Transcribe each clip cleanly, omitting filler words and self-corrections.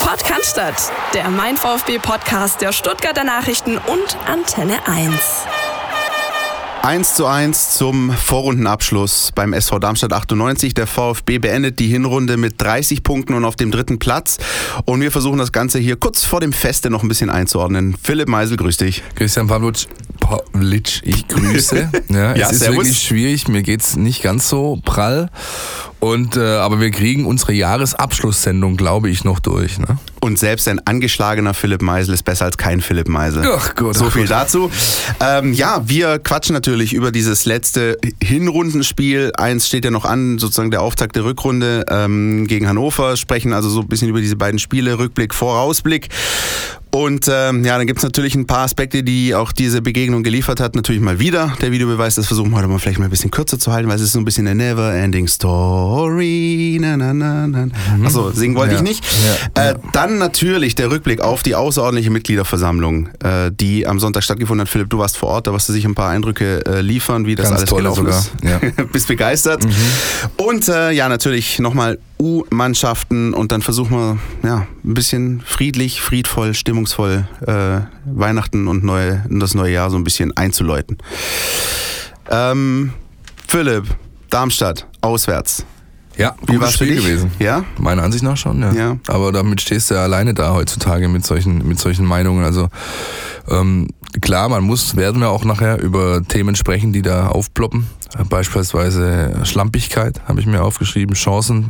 Podcast, der Mein VfB-Podcast der Stuttgarter Nachrichten und Antenne 1. 1:1 zum Vorrundenabschluss beim SV Darmstadt 98. Der VfB beendet die Hinrunde mit 30 Punkten und auf dem 3. Platz. Und wir versuchen das Ganze hier kurz vor dem Feste noch ein bisschen einzuordnen. Philipp Meisel, grüß dich. Christian Pavlic, ich grüße. Ja, es ist servus. wirklich schwierig, mir geht's nicht ganz so prall. Aber wir kriegen unsere Jahresabschlusssendung, glaube ich, noch durch. Ne? Und selbst ein angeschlagener Philipp Meisel ist besser als kein Philipp Meisel. Ach Gott. So viel dazu. Wir quatschen natürlich über dieses letzte Hinrundenspiel. Eins steht ja noch an, sozusagen der Auftakt der Rückrunde gegen Hannover. Sprechen also so ein bisschen über diese beiden Spiele, Rückblick, Vorausblick. Und dann gibt es natürlich ein paar Aspekte, die auch diese Begegnung geliefert hat. Natürlich mal wieder der Videobeweis. Das versuchen wir heute mal vielleicht mal ein bisschen kürzer zu halten, weil es ist so ein bisschen eine never-ending Story. Na, na, na, na. Achso, singen wollte ich nicht. Ja. Dann natürlich der Rückblick auf die außerordentliche Mitgliederversammlung, die am Sonntag stattgefunden hat. Philipp, du warst vor Ort, da wirst du sicher ein paar Eindrücke liefern, wie das ganz alles gelaufen ist. Ja. Bist begeistert. Und natürlich nochmal U-Mannschaften und dann versuchen wir ein bisschen friedlich, friedvoll, stimmungsvoll Weihnachten und das neue Jahr so ein bisschen einzuläuten. Philipp, Darmstadt, auswärts. Ja, wie war es für Spiel dich gewesen? Ja? Meiner Ansicht nach schon, ja. Aber damit stehst du ja alleine da heutzutage mit solchen Meinungen. Also klar, werden wir auch nachher über Themen sprechen, die da aufploppen. Beispielsweise Schlampigkeit, habe ich mir aufgeschrieben, Chancen,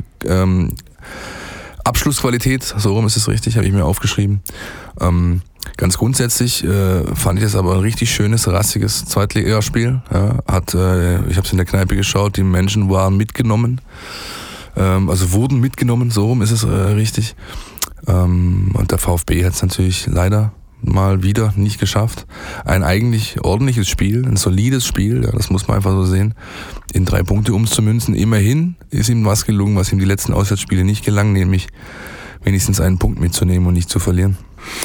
Abschlussqualität, so rum ist es richtig, habe ich mir aufgeschrieben. Ganz grundsätzlich fand ich das aber ein richtig schönes, rassiges Zweitligaspiel. Ja, ich habe es in der Kneipe geschaut, die Menschen waren mitgenommen, wurden mitgenommen, so rum ist es richtig. Und der VfB hat es natürlich leider mal wieder nicht geschafft. Ein eigentlich ordentliches Spiel, ein solides Spiel, ja, das muss man einfach so sehen, in 3 Punkte umzumünzen. Immerhin ist ihm was gelungen, was ihm die letzten Auswärtsspiele nicht gelang, nämlich wenigstens einen Punkt mitzunehmen und nicht zu verlieren.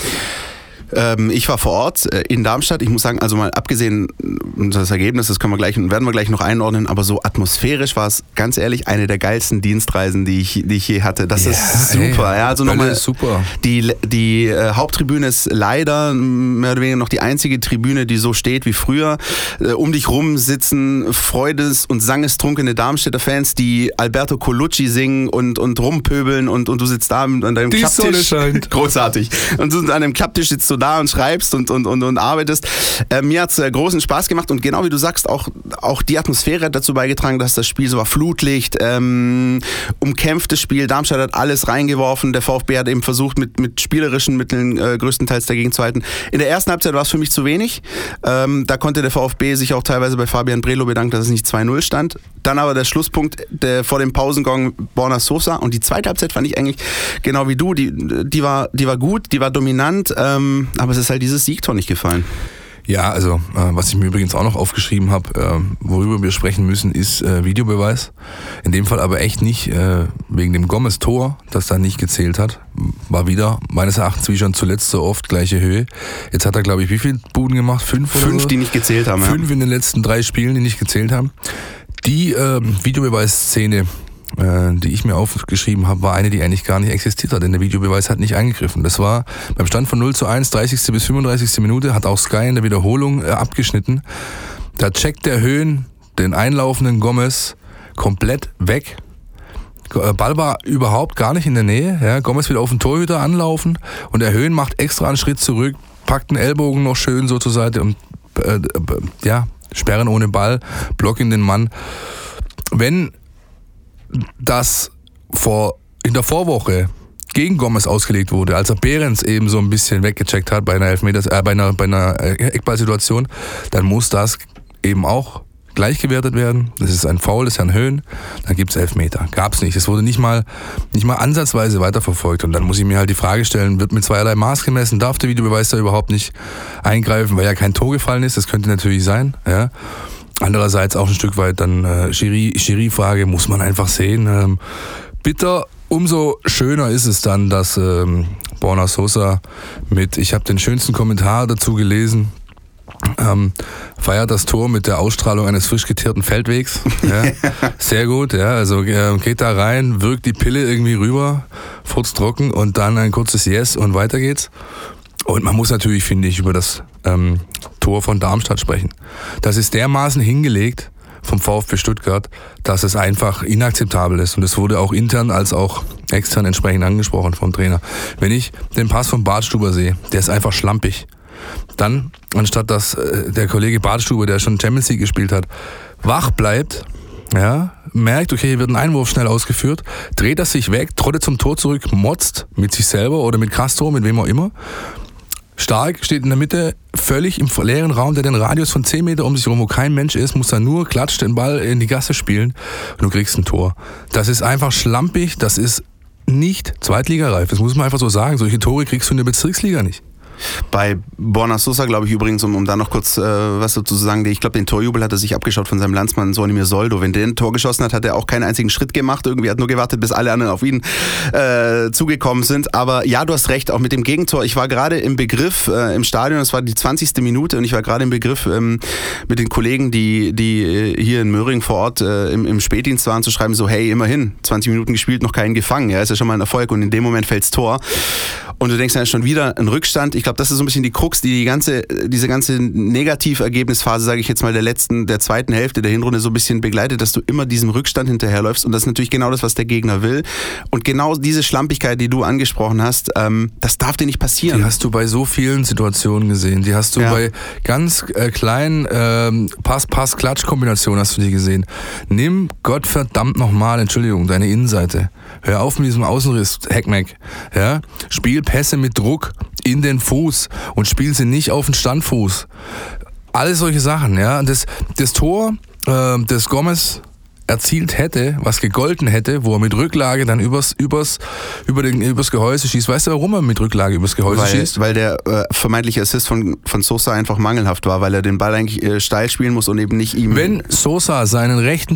Ich war vor Ort in Darmstadt. Ich muss sagen, also mal abgesehen das Ergebnis, das werden wir gleich noch einordnen, aber so atmosphärisch war es, ganz ehrlich, eine der geilsten Dienstreisen, die ich je hatte. Das ist super. Ja, also nochmal super. Die Haupttribüne ist leider mehr oder weniger noch die einzige Tribüne, die so steht wie früher. Um dich rum sitzen freudes- und sangestrunkene Darmstädter Fans, die Alberto Colucci singen und rumpöbeln und du sitzt da an deinem die Klapptisch. Sonne scheint. Großartig. Und du an dem Klapptisch sitzt du da und schreibst und arbeitest. Mir hat's großen Spaß gemacht und genau wie du sagst, auch die Atmosphäre hat dazu beigetragen, dass das Spiel so war. Flutlicht, umkämpftes Spiel. Darmstadt hat alles reingeworfen. Der VfB hat eben versucht, mit spielerischen Mitteln größtenteils dagegen zu halten. In der ersten Halbzeit war es für mich zu wenig. Da konnte der VfB sich auch teilweise bei Fabian Brelo bedanken, dass es nicht 2-0 stand. Dann aber der Schlusspunkt vor dem Pausengong Borna Sosa. Und die zweite Halbzeit fand ich eigentlich genau wie du. Die war gut, die war dominant. Aber es ist halt dieses Siegtor nicht gefallen. Ja, also was ich mir übrigens auch noch aufgeschrieben habe, worüber wir sprechen müssen, ist Videobeweis. In dem Fall aber echt nicht wegen dem Gomez-Tor, das da nicht gezählt hat. War wieder meines Erachtens wie schon zuletzt so oft gleiche Höhe. Jetzt hat er, glaube ich, wie viele Buden gemacht? 5 oder 5, so? die nicht gezählt haben. 5 in den letzten 3 Spielen, die nicht gezählt haben. Die Videobeweis-Szene, die ich mir aufgeschrieben habe, war eine, die eigentlich gar nicht existiert hat, denn der Videobeweis hat nicht eingegriffen. Das war beim Stand von 0:1, 30. bis 35. Minute, hat auch Sky in der Wiederholung abgeschnitten. Da checkt der Höhn den einlaufenden Gomez komplett weg. Ball war überhaupt gar nicht in der Nähe. Ja, Gomez will auf den Torhüter anlaufen und der Höhn macht extra einen Schritt zurück, packt den Ellbogen noch schön so zur Seite und Sperren ohne Ball, Block in den Mann. Wenn das in der Vorwoche gegen Gomez ausgelegt wurde, als er Behrens eben so ein bisschen weggecheckt hat bei einer Eckballsituation, dann muss das eben auch gleich gewertet werden. Das ist ein Foul des Herrn Höhn, dann gibt es Elfmeter. Gab's nicht. Es wurde nicht mal ansatzweise weiterverfolgt. Und dann muss ich mir halt die Frage stellen, wird mit zweierlei Maß gemessen? Darf der Videobeweis da überhaupt nicht eingreifen, weil ja kein Tor gefallen ist? Das könnte natürlich sein. Ja. Andererseits auch ein Stück weit dann Schiri-Frage, muss man einfach sehen. Bitter, umso schöner ist es dann, dass Borna Sosa ich habe den schönsten Kommentar dazu gelesen, feiert das Tor mit der Ausstrahlung eines frisch geteerten Feldwegs. Ja. Sehr gut, ja. Also geht da rein, wirkt die Pille irgendwie rüber, furztrocken und dann ein kurzes Yes und weiter geht's. Und man muss natürlich, finde ich, über das Tor von Darmstadt sprechen. Das ist dermaßen hingelegt vom VfB Stuttgart, dass es einfach inakzeptabel ist. Und es wurde auch intern als auch extern entsprechend angesprochen vom Trainer. Wenn ich den Pass von Badstuber sehe, der ist einfach schlampig. Dann, anstatt dass der Kollege Badstuber, der schon Champions League gespielt hat, wach bleibt, ja, merkt, okay, hier wird ein Einwurf schnell ausgeführt, dreht er sich weg, trottet zum Tor zurück, motzt mit sich selber oder mit Castro, mit wem auch immer. Stark steht in der Mitte, völlig im leeren Raum, der den Radius von 10 Meter um sich herum, wo kein Mensch ist, muss dann nur klatscht den Ball in die Gasse spielen und du kriegst ein Tor. Das ist einfach schlampig, das ist nicht zweitligareif, das muss man einfach so sagen. Solche Tore kriegst du in der Bezirksliga nicht. Bei Borna Sosa, glaube ich übrigens, um da noch kurz was dazu zu sagen, ich glaube, den Torjubel hat er sich abgeschaut von seinem Landsmann Sonimir Soldo. Wenn der ein Tor geschossen hat, hat er auch keinen einzigen Schritt gemacht. Irgendwie hat nur gewartet, bis alle anderen auf ihn zugekommen sind. Aber ja, du hast recht, auch mit dem Gegentor. Ich war gerade im Begriff im Stadion, es war die 20. Minute und ich war gerade im Begriff mit den Kollegen, die hier in Möhring vor Ort im Spätdienst waren, zu schreiben, so hey, immerhin, 20 Minuten gespielt, noch keinen gefangen. Ja, ist ja schon mal ein Erfolg und in dem Moment fällt's Tor. Und du denkst dann schon wieder ein Rückstand. Ich glaube, das ist so ein bisschen die Krux, die diese ganze Negativergebnisphase, sage ich jetzt mal, der zweiten Hälfte der Hinrunde so ein bisschen begleitet, dass du immer diesem Rückstand hinterherläufst. Und das ist natürlich genau das, was der Gegner will. Und genau diese Schlampigkeit, die du angesprochen hast, das darf dir nicht passieren. Die hast du bei so vielen Situationen gesehen. Die hast du bei ganz kleinen Pass-Klatsch-Kombinationen hast du die gesehen. Nimm Gottverdammt nochmal, Entschuldigung, deine Innenseite. Hör auf mit diesem Außenriss, Heckmeck. Ja? Spiel Pässe mit Druck in den Fuß und spiel sie nicht auf den Standfuß. Alle solche Sachen. Ja? Das Tor, das Gomez erzielt hätte, was gegolten hätte, wo er mit Rücklage dann übers Gehäuse schießt. Weißt du, warum er mit Rücklage übers Gehäuse schießt? Weil der vermeintliche Assist von Sosa einfach mangelhaft war, weil er den Ball eigentlich steil spielen muss und eben nicht ihm... Wenn Sosa seinen rechten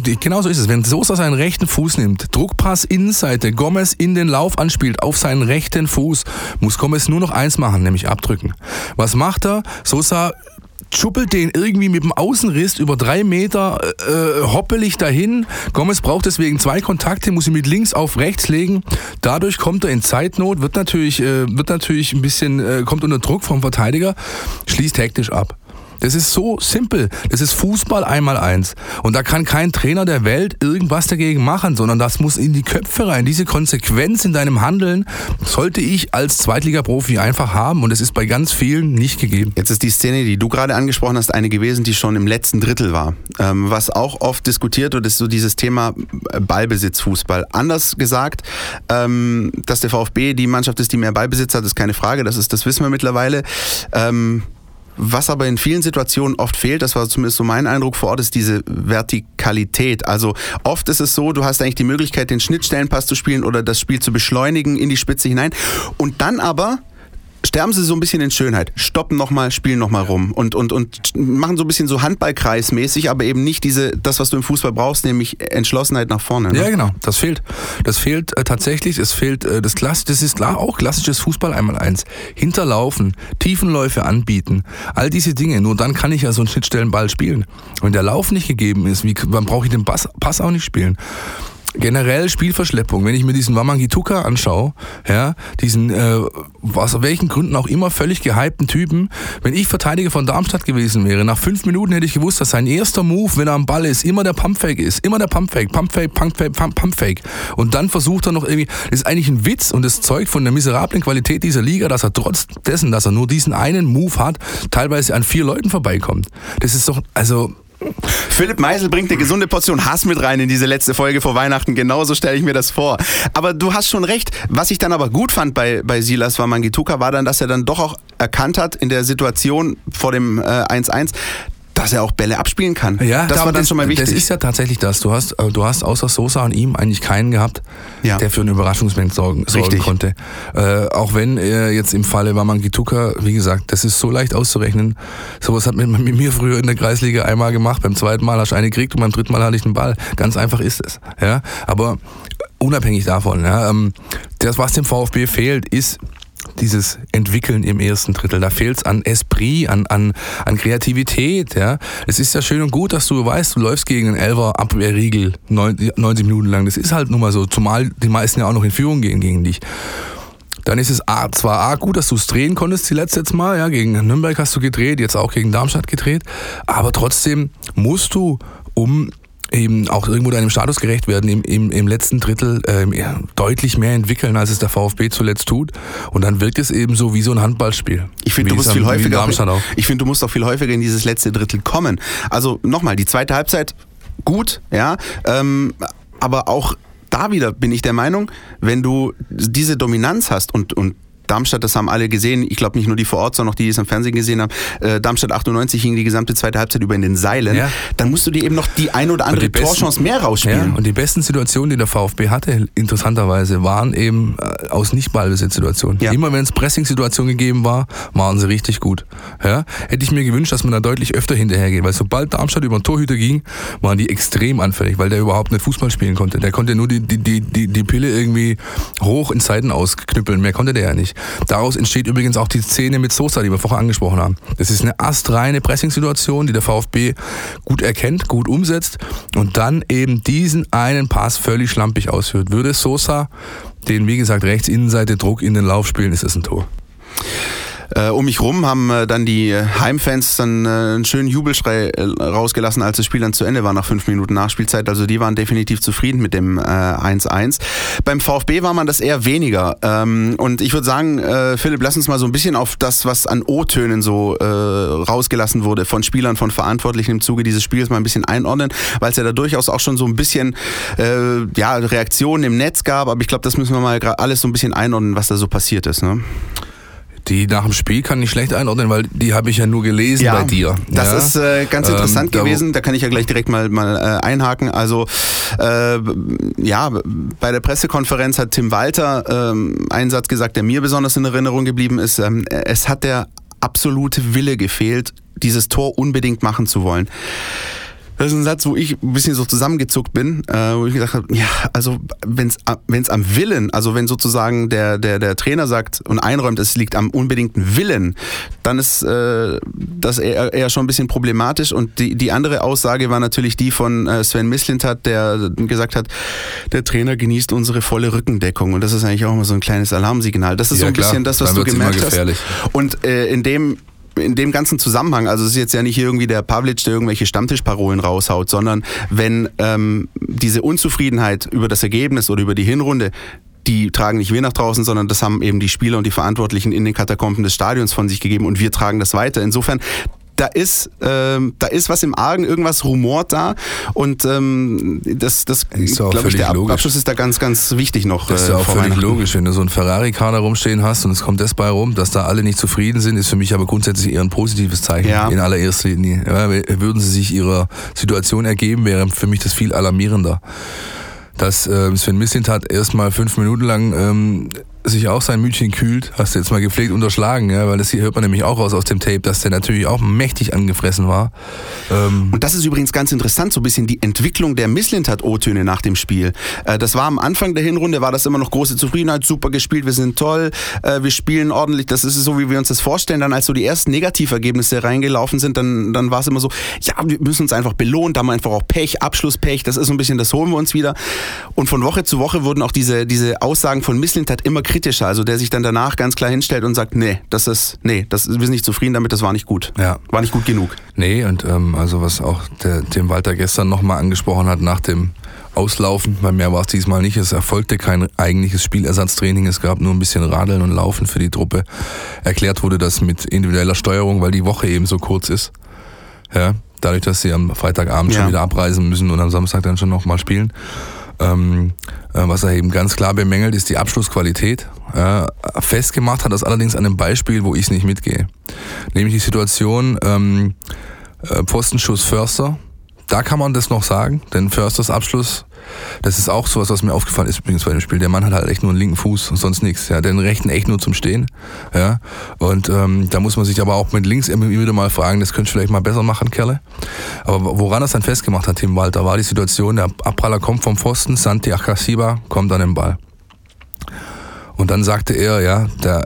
Fuß nimmt, Druckpass Innenseite, Gomez in den Lauf anspielt, auf seinen rechten Fuß, muss Gomez nur noch eins machen, nämlich abdrücken. Was macht er? Sosa schuppelt den irgendwie mit dem Außenriss über 3 Meter hoppelig dahin. Gomez braucht deswegen 2 Kontakte, muss ihn mit links auf rechts legen. Dadurch kommt er in Zeitnot, wird natürlich ein bisschen, kommt unter Druck vom Verteidiger, schließt hektisch ab. Das ist so simpel. Das ist Fußball 1x1. Und da kann kein Trainer der Welt irgendwas dagegen machen, sondern das muss in die Köpfe rein. Diese Konsequenz in deinem Handeln sollte ich als Zweitliga-Profi einfach haben und es ist bei ganz vielen nicht gegeben. Jetzt ist die Szene, die du gerade angesprochen hast, eine gewesen, die schon im letzten Drittel war. Was auch oft diskutiert wird, ist so dieses Thema Ballbesitzfußball. Anders gesagt, dass der VfB die Mannschaft ist, die mehr Ballbesitz hat, ist keine Frage. Das wissen wir mittlerweile. Was aber in vielen Situationen oft fehlt, das war zumindest so mein Eindruck vor Ort, ist diese Vertikalität. Also oft ist es so, du hast eigentlich die Möglichkeit, den Schnittstellenpass zu spielen oder das Spiel zu beschleunigen in die Spitze hinein und dann aber sterben sie so ein bisschen in Schönheit, stoppen nochmal, spielen nochmal rum und machen so ein bisschen so Handballkreismäßig, aber eben nicht das, was du im Fußball brauchst, nämlich Entschlossenheit nach vorne. Ne? Ja, genau, das fehlt. Das fehlt tatsächlich, das ist klar auch klassisches Fußball 1x1. Hinterlaufen, Tiefenläufe anbieten, all diese Dinge, nur dann kann ich ja so einen Schnittstellenball spielen. Wenn der Lauf nicht gegeben ist, wann brauche ich den Pass auch nicht spielen? Generell Spielverschleppung, wenn ich mir diesen Wamangituka anschaue, ja, diesen, aus welchen Gründen auch immer, völlig gehypten Typen, wenn ich Verteidiger von Darmstadt gewesen wäre, nach 5 Minuten hätte ich gewusst, dass sein erster Move, wenn er am Ball ist, immer der Pumpfake ist, immer der Pumpfake. Und dann versucht er noch irgendwie, das ist eigentlich ein Witz und das zeugt von der miserablen Qualität dieser Liga, dass er trotz dessen, dass er nur diesen einen Move hat, teilweise an 4 Leuten vorbeikommt. Das ist doch, also... Philipp Meisel bringt eine gesunde Portion Hass mit rein in diese letzte Folge vor Weihnachten. Genauso stelle ich mir das vor. Aber du hast schon recht. Was ich dann aber gut fand bei Silas Wamangituka war dann, dass er dann doch auch erkannt hat in der Situation vor dem 1-1, dass er auch Bälle abspielen kann. Ja, das war dann schon mal wichtig. Das ist ja tatsächlich das. Du hast außer Sosa und ihm eigentlich keinen gehabt, der für einen Überraschungsmoment sorgen konnte. Auch wenn jetzt im Falle Wamangituka, wie gesagt, das ist so leicht auszurechnen. Sowas hat man mit mir früher in der Kreisliga einmal gemacht. Beim 2. Mal hast du eine gekriegt und beim 3. Mal hatte ich den Ball. Ganz einfach ist es. Ja? Aber unabhängig davon, ja, das, was dem VfB fehlt, ist dieses Entwickeln im ersten Drittel. Da fehlt es an Esprit, an Kreativität. Ja. Es ist ja schön und gut, dass du weißt, du läufst gegen einen Elfer Abwehrriegel 90 Minuten lang. Das ist halt nun mal so, zumal die meisten ja auch noch in Führung gehen gegen dich. Dann ist es zwar gut, dass du es drehen konntest zuletzt jetzt mal, ja, gegen Nürnberg hast du gedreht, jetzt auch gegen Darmstadt gedreht, aber trotzdem musst du, um eben auch irgendwo deinem Status gerecht werden, im letzten Drittel deutlich mehr entwickeln, als es der VfB zuletzt tut. Und dann wirkt es eben so wie so ein Handballspiel. Ich finde, du musst auch viel häufiger in dieses letzte Drittel kommen. Also nochmal, die zweite Halbzeit gut, ja, aber auch da wieder bin ich der Meinung, wenn du diese Dominanz hast und Darmstadt, das haben alle gesehen, ich glaube nicht nur die vor Ort, sondern auch die es am Fernsehen gesehen haben, Darmstadt 98 hing die gesamte zweite Halbzeit über in den Seilen, dann musst du dir eben noch die ein oder andere Torchance mehr rausspielen. Ja, und die besten Situationen, die der VfB hatte, interessanterweise, waren eben aus Nicht-Ballbesitz-Situationen. Ja. Immer wenn es Pressing-Situationen gegeben war, waren sie richtig gut. Ja? Hätte ich mir gewünscht, dass man da deutlich öfter hinterhergeht, weil sobald Darmstadt über den Torhüter ging, waren die extrem anfällig, weil der überhaupt nicht Fußball spielen konnte. Der konnte nur die Pille irgendwie hoch in Seiten ausknüppeln, mehr konnte der ja nicht. Daraus entsteht übrigens auch die Szene mit Sosa, die wir vorher angesprochen haben. Das ist eine astreine Pressing-Situation, die der VfB gut erkennt, gut umsetzt und dann eben diesen einen Pass völlig schlampig ausführt. Würde Sosa den, wie gesagt, rechts Innenseite Druck in den Lauf spielen, ist es ein Tor. Um mich rum haben dann die Heimfans dann einen schönen Jubelschrei rausgelassen, als das Spiel dann zu Ende war nach 5 Minuten Nachspielzeit. Also die waren definitiv zufrieden mit dem 1-1. Beim VfB war man das eher weniger. Und ich würde sagen, Philipp, lass uns mal so ein bisschen auf das, was an O-Tönen so rausgelassen wurde von Spielern, von Verantwortlichen im Zuge dieses Spiels mal ein bisschen einordnen, weil es ja da durchaus auch schon so ein bisschen Reaktionen im Netz gab. Aber ich glaube, das müssen wir mal alles so ein bisschen einordnen, was da so passiert ist, ne? Die nach dem Spiel kann ich schlecht einordnen, weil die habe ich ja nur gelesen bei dir. Das ist ganz interessant gewesen, da kann ich ja gleich direkt mal einhaken. Also bei der Pressekonferenz hat Tim Walter einen Satz gesagt, der mir besonders in Erinnerung geblieben ist. Es hat der absolute Wille gefehlt, dieses Tor unbedingt machen zu wollen. Das ist ein Satz, wo ich ein bisschen so zusammengezuckt bin, wo ich gedacht habe, ja, also wenn's am Willen, also wenn sozusagen der Trainer sagt und einräumt, es liegt am unbedingten Willen, dann ist das eher schon ein bisschen problematisch. Und die andere Aussage war natürlich die von Sven Mislintat, der gesagt hat, der Trainer genießt unsere volle Rückendeckung. Und das ist eigentlich auch immer so ein kleines Alarmsignal. Das ist so ein bisschen das, was du gemerkt hast. Und in dem ganzen Zusammenhang, also es ist jetzt ja nicht irgendwie der Pavlic, der irgendwelche Stammtischparolen raushaut, sondern wenn diese Unzufriedenheit über das Ergebnis oder über die Hinrunde, die tragen nicht wir nach draußen, sondern das haben eben die Spieler und die Verantwortlichen in den Katakomben des Stadions von sich gegeben und wir tragen das weiter. Insofern, da ist was im Argen, irgendwas rumort da und das glaube ich, der Abschluss ist da ganz, ganz wichtig noch. Das ist ja auch völlig logisch, wenn du so einen Ferrari-Kader rumstehen hast und es kommt das bei rum, dass da alle nicht zufrieden sind, ist für mich aber grundsätzlich eher ein positives Zeichen in allererster Linie. Ja, würden sie sich ihrer Situation ergeben, wäre für mich das viel alarmierender. Dass Sven Mislintat erstmal 5 Minuten lang sich auch sein Mütchen kühlt, hast du jetzt mal gepflegt unterschlagen, ja, weil das hier hört man nämlich auch raus aus dem Tape, dass der natürlich auch mächtig angefressen war. Und das ist übrigens ganz interessant, so ein bisschen die Entwicklung der Mislintat-O-Töne nach dem Spiel. Das war am Anfang der Hinrunde, war das immer noch große Zufriedenheit, super gespielt, wir sind toll, wir spielen ordentlich, das ist so, wie wir uns das vorstellen. Dann als so die ersten Negativergebnisse reingelaufen sind, dann war es immer so, ja, wir müssen uns einfach belohnen, da haben wir einfach auch Pech, Abschlusspech, das ist so ein bisschen, das holen wir uns wieder. Und von Woche zu Woche wurden auch diese Aussagen von Mislintat immer kritischer, also der sich dann danach ganz klar hinstellt und sagt, wir sind nicht zufrieden damit, das war nicht gut. Ja. War nicht gut genug. Nee, und also was auch der Tim Walter gestern nochmal angesprochen hat nach dem Auslaufen, bei mir war es diesmal nicht, es erfolgte kein eigentliches Spielersatztraining, es gab nur ein bisschen Radeln und Laufen für die Truppe. Erklärt wurde das mit individueller Steuerung, weil die Woche eben so kurz ist. Ja, dadurch, dass sie am Freitagabend schon wieder abreisen müssen und am Samstag dann schon nochmal spielen. Was er eben ganz klar bemängelt, ist die Abschlussqualität. Festgemacht hat das allerdings an einem Beispiel, wo ich es nicht mitgehe. Nämlich die Situation Pfostenschuss Förster. Da kann man das noch sagen, denn Försters Abschluss, das ist auch sowas, was mir aufgefallen ist übrigens bei dem Spiel. Der Mann hat halt echt nur einen linken Fuß und sonst nichts. Ja, den rechten echt nur zum Stehen. Ja, und da muss man sich aber auch mit links immer wieder mal fragen, das könnt ihr vielleicht mal besser machen, Kerle. Aber woran das dann festgemacht hat, Tim Walter, war die Situation, der Abpraller kommt vom Pfosten, Santi Akasiba kommt an den Ball. Und dann sagte er, ja, der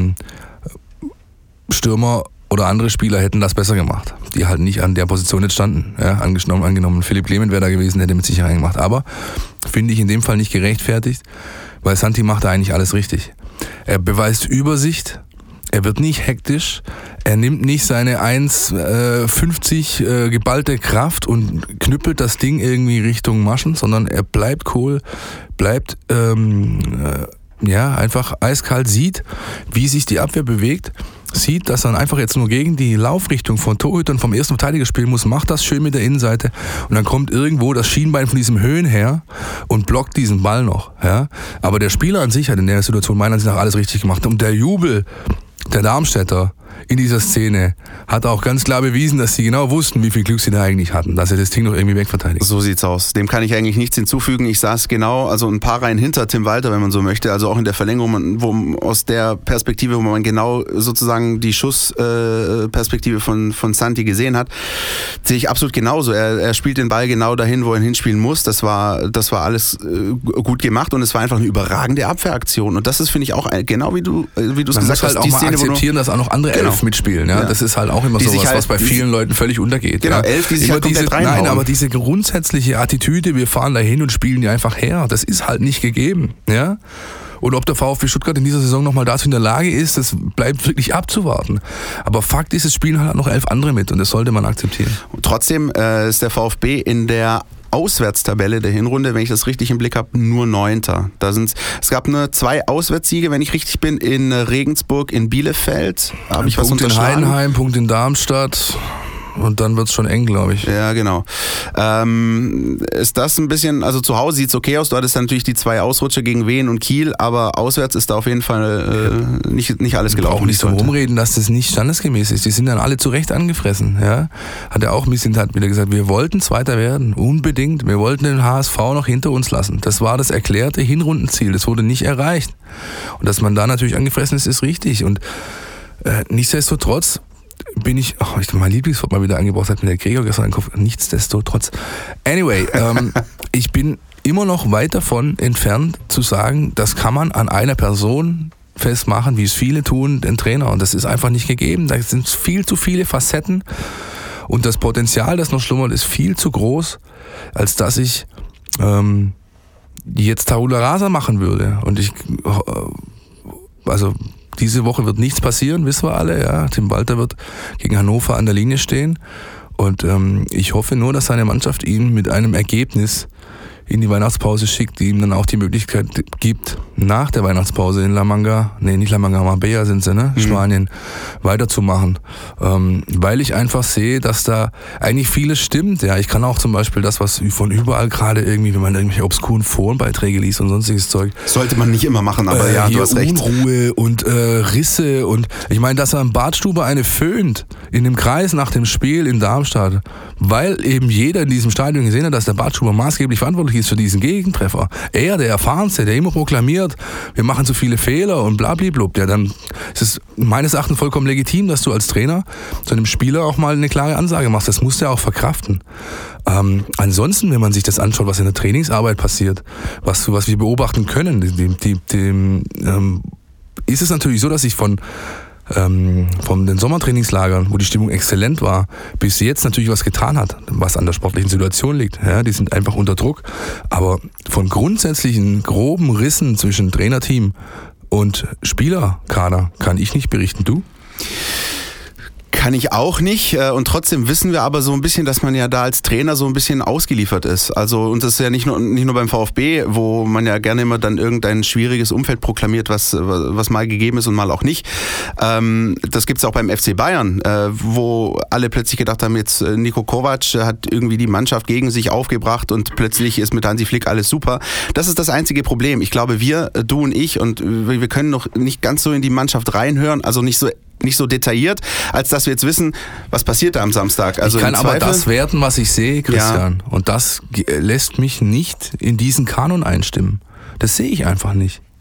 Stürmer oder andere Spieler hätten das besser gemacht, die halt nicht an der Position jetzt standen. Ja, angenommen, Philipp Clement wäre da gewesen, hätte mit Sicherheit gemacht. Aber finde ich in dem Fall nicht gerechtfertigt, weil Santi macht da eigentlich alles richtig. Er beweist Übersicht, er wird nicht hektisch, er nimmt nicht seine 1,50 geballte Kraft und knüppelt das Ding irgendwie Richtung Maschen, sondern er bleibt cool, bleibt einfach eiskalt, sieht, wie sich die Abwehr bewegt, sieht, dass er einfach jetzt nur gegen die Laufrichtung von Torhütern vom ersten Verteidiger spielen muss, macht das schön mit der Innenseite und dann kommt irgendwo das Schienbein von diesem Höhen her und blockt diesen Ball noch. Ja? Aber der Spieler an sich hat in der Situation meiner Ansicht nach alles richtig gemacht. Und der Jubel der Darmstädter in dieser Szene hat auch ganz klar bewiesen, dass sie genau wussten, wie viel Glück sie da eigentlich hatten, dass sie das Ding noch irgendwie wegverteidigen. So sieht's aus. Dem kann ich eigentlich nichts hinzufügen. Ich saß genau, also ein paar Reihen hinter Tim Walter, wenn man so möchte, also auch in der Verlängerung, wo aus der Perspektive, wo man genau sozusagen die Schussperspektive von Santi gesehen hat, sehe ich absolut genauso. Er spielt den Ball genau dahin, wo er ihn hinspielen muss. Das war alles gut gemacht und es war einfach eine überragende Abwehraktion. Und das ist, finde ich, auch genau wie du es gesagt hast. Halt auch die mal Szene, akzeptieren, dass auch noch andere Elf mitspielen. Ja? Das ist halt auch immer sowas, was bei vielen Leuten völlig untergeht. Genau, ja? Elf, die sich halt komplett reinhauen. Nein, aber diese grundsätzliche Attitüde, wir fahren da hin und spielen die einfach her, das ist halt nicht gegeben. Ja? Und ob der VfB Stuttgart in dieser Saison nochmal dazu in der Lage ist, das bleibt wirklich abzuwarten. Aber Fakt ist, es spielen halt noch 11 andere mit und das sollte man akzeptieren. Und trotzdem ist der VfB in der Auswärtstabelle der Hinrunde, wenn ich das richtig im Blick habe, nur 9. Es gab nur 2 Auswärtssiege, wenn ich richtig bin, in Regensburg, in Bielefeld. Habe ich was unterschlagen? Punkt in Heidenheim, Punkt in Darmstadt. Und dann wird es schon eng, glaube ich. Ja, genau. Ist das ein bisschen, also zu Hause sieht es okay aus, du hattest dann natürlich die 2 Ausrutscher gegen Wien und Kiel, aber auswärts ist da auf jeden Fall nicht alles gelaufen. Auch nicht so rumreden, dass das nicht standesgemäß ist. Die sind dann alle zu Recht angefressen. Ja? Hat er auch Missintat wieder gesagt, wir wollten Zweiter werden, unbedingt. Wir wollten den HSV noch hinter uns lassen. Das war das erklärte Hinrundenziel, das wurde nicht erreicht. Und dass man da natürlich angefressen ist, ist richtig. Und nichtsdestotrotz bin ich mein Lieblingswort mal wieder eingebaut hat mit der Gregor gestern im Kopf, nichtsdestotrotz. Anyway, ich bin immer noch weit davon entfernt zu sagen, das kann man an einer Person festmachen, wie es viele tun, den Trainer. Und das ist einfach nicht gegeben. Da sind viel zu viele Facetten und das Potenzial, das noch schlummert, ist viel zu groß, als dass ich jetzt Tabula Rasa machen würde. Und diese Woche wird nichts passieren, wissen wir alle. Ja. Tim Walter wird gegen Hannover an der Linie stehen. Und ich hoffe nur, dass seine Mannschaft ihn mit einem Ergebnis in die Weihnachtspause schickt, die ihm dann auch die Möglichkeit gibt, nach der Weihnachtspause in Marbella sind sie, ne? Spanien, weiterzumachen. Weil ich einfach sehe, dass da eigentlich vieles stimmt. Ja, ich kann auch zum Beispiel das, was von überall gerade irgendwie, wenn man irgendwelche obskuren Forenbeiträge liest und sonstiges Zeug. Sollte man nicht immer machen, aber ja, du hast recht. Unruhe und Risse und ich meine, dass er im Badstube eine föhnt in dem Kreis nach dem Spiel in Darmstadt, weil eben jeder in diesem Stadion gesehen hat, dass der Badstube maßgeblich verantwortlich ist für diesen Gegentreffer. Er, der Erfahrenste, der immer proklamiert, wir machen zu viele Fehler und blablablub, ja, dann ist es meines Erachtens vollkommen legitim, dass du als Trainer zu einem Spieler auch mal eine klare Ansage machst. Das musst du ja auch verkraften. Ansonsten, wenn man sich das anschaut, was in der Trainingsarbeit passiert, was wir beobachten können, ist es natürlich so, dass sich von den Sommertrainingslagern, wo die Stimmung exzellent war, bis jetzt natürlich was getan hat, was an der sportlichen Situation liegt. Ja, die sind einfach unter Druck. Aber von grundsätzlichen groben Rissen zwischen Trainerteam und Spielerkader kann ich nicht berichten. Du? Kann ich auch nicht und trotzdem wissen wir aber so ein bisschen, dass man ja da als Trainer so ein bisschen ausgeliefert ist. Also und das ist ja nicht nur beim VfB, wo man ja gerne immer dann irgendein schwieriges Umfeld proklamiert, was mal gegeben ist und mal auch nicht. Das gibt's auch beim FC Bayern, wo alle plötzlich gedacht haben, jetzt Niko Kovac hat irgendwie die Mannschaft gegen sich aufgebracht und plötzlich ist mit Hansi Flick alles super. Das ist das einzige Problem. Ich glaube, du und ich, und wir können noch nicht ganz so in die Mannschaft reinhören, also nicht so detailliert, als dass wir jetzt wissen, was passiert da am Samstag. Also ich kann aber das werten, was ich sehe, Christian. Ja. Und das lässt mich nicht in diesen Kanon einstimmen. Das sehe ich einfach nicht.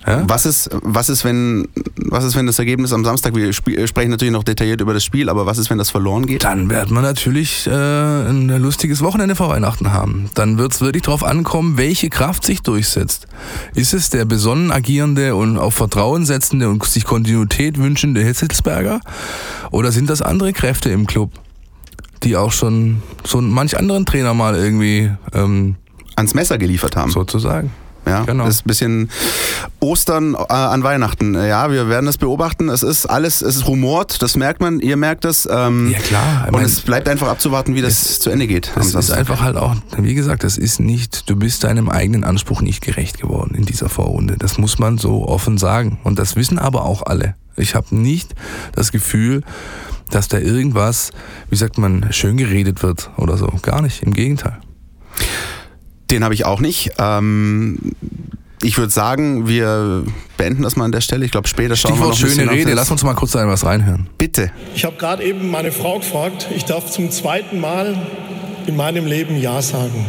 Ja? Was ist, wenn das Ergebnis am Samstag, wir sprechen natürlich noch detailliert über das Spiel, aber was ist, wenn das verloren geht? Dann wird man natürlich ein lustiges Wochenende vor Weihnachten haben. Dann wird es wirklich darauf ankommen, welche Kraft sich durchsetzt. Ist es der besonnen agierende und auf Vertrauen setzende und sich Kontinuität wünschende Hitzelsberger? Oder sind das andere Kräfte im Club, die auch schon so manch anderen Trainer mal irgendwie ans Messer geliefert haben? Sozusagen. Ja, genau. Das ist ein bisschen Ostern an Weihnachten. Ja, wir werden das beobachten. Es ist rumort, das merkt man, ihr merkt das. Ja, klar. Und es bleibt einfach abzuwarten, wie das zu Ende geht. Es ist einfach halt auch, wie gesagt, du bist deinem eigenen Anspruch nicht gerecht geworden in dieser Vorrunde. Das muss man so offen sagen. Und das wissen aber auch alle. Ich habe nicht das Gefühl, dass da irgendwas, wie sagt man, schön geredet wird oder so. Gar nicht, im Gegenteil. Den habe ich auch nicht. Ich würde sagen, wir beenden das mal an der Stelle. Ich glaube, später schauen wir noch ein bisschen schöne Rede. Lass uns mal kurz da was reinhören. Bitte. Ich habe gerade eben meine Frau gefragt, ich darf zum 2. Mal in meinem Leben Ja sagen.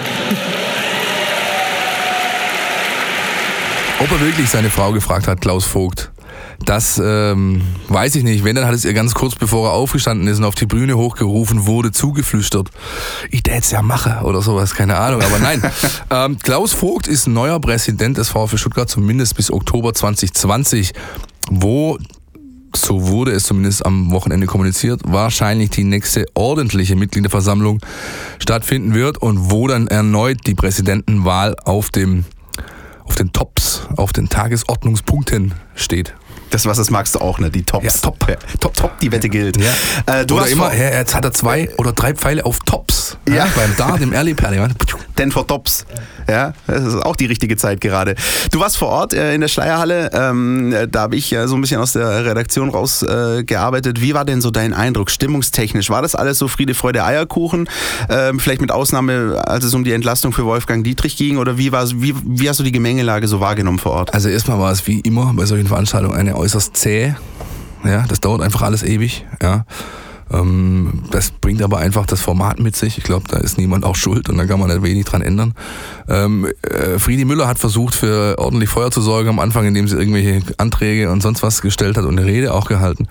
Ob er wirklich seine Frau gefragt hat, Klaus Vogt, das weiß ich nicht. Wenn, dann hat es ihr ganz kurz bevor er aufgestanden ist und auf die Bühne hochgerufen wurde, zugeflüstert. Ich tät's ja mache oder sowas, keine Ahnung. Aber nein, Klaus Vogt ist neuer Präsident des VfB Stuttgart, zumindest bis Oktober 2020, wo, so wurde es zumindest am Wochenende kommuniziert, wahrscheinlich die nächste ordentliche Mitgliederversammlung stattfinden wird und wo dann erneut die Präsidentenwahl auf den Tops, auf den Tagesordnungspunkten steht. Das, was das magst du auch, ne? Die Tops. Ja, top. Top, die Wette gilt. Ja. Du oder hast immer, jetzt hat er 2 oder 3 Pfeile auf Tops. Ja. Beim Dart im Erli-Perli. Denn vor Tops. Ja, das ist auch die richtige Zeit gerade. Du warst vor Ort in der Schleierhalle. Da habe ich so ein bisschen aus der Redaktion rausgearbeitet. Wie war denn so dein Eindruck, stimmungstechnisch? War das alles so Friede, Freude, Eierkuchen? Vielleicht mit Ausnahme, als es um die Entlastung für Wolfgang Dietrich ging? Oder wie hast du die Gemengelage so wahrgenommen vor Ort? Also erstmal war es wie immer bei solchen Veranstaltungen eine äußerst zäh. Ja, das dauert einfach alles ewig. Ja. Das bringt aber einfach das Format mit sich. Ich glaube, da ist niemand auch schuld und da kann man nicht wenig dran ändern. Friedi Müller hat versucht, für ordentlich Feuer zu sorgen am Anfang, indem sie irgendwelche Anträge und sonst was gestellt hat und eine Rede auch gehalten.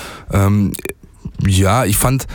Ja, ich fand,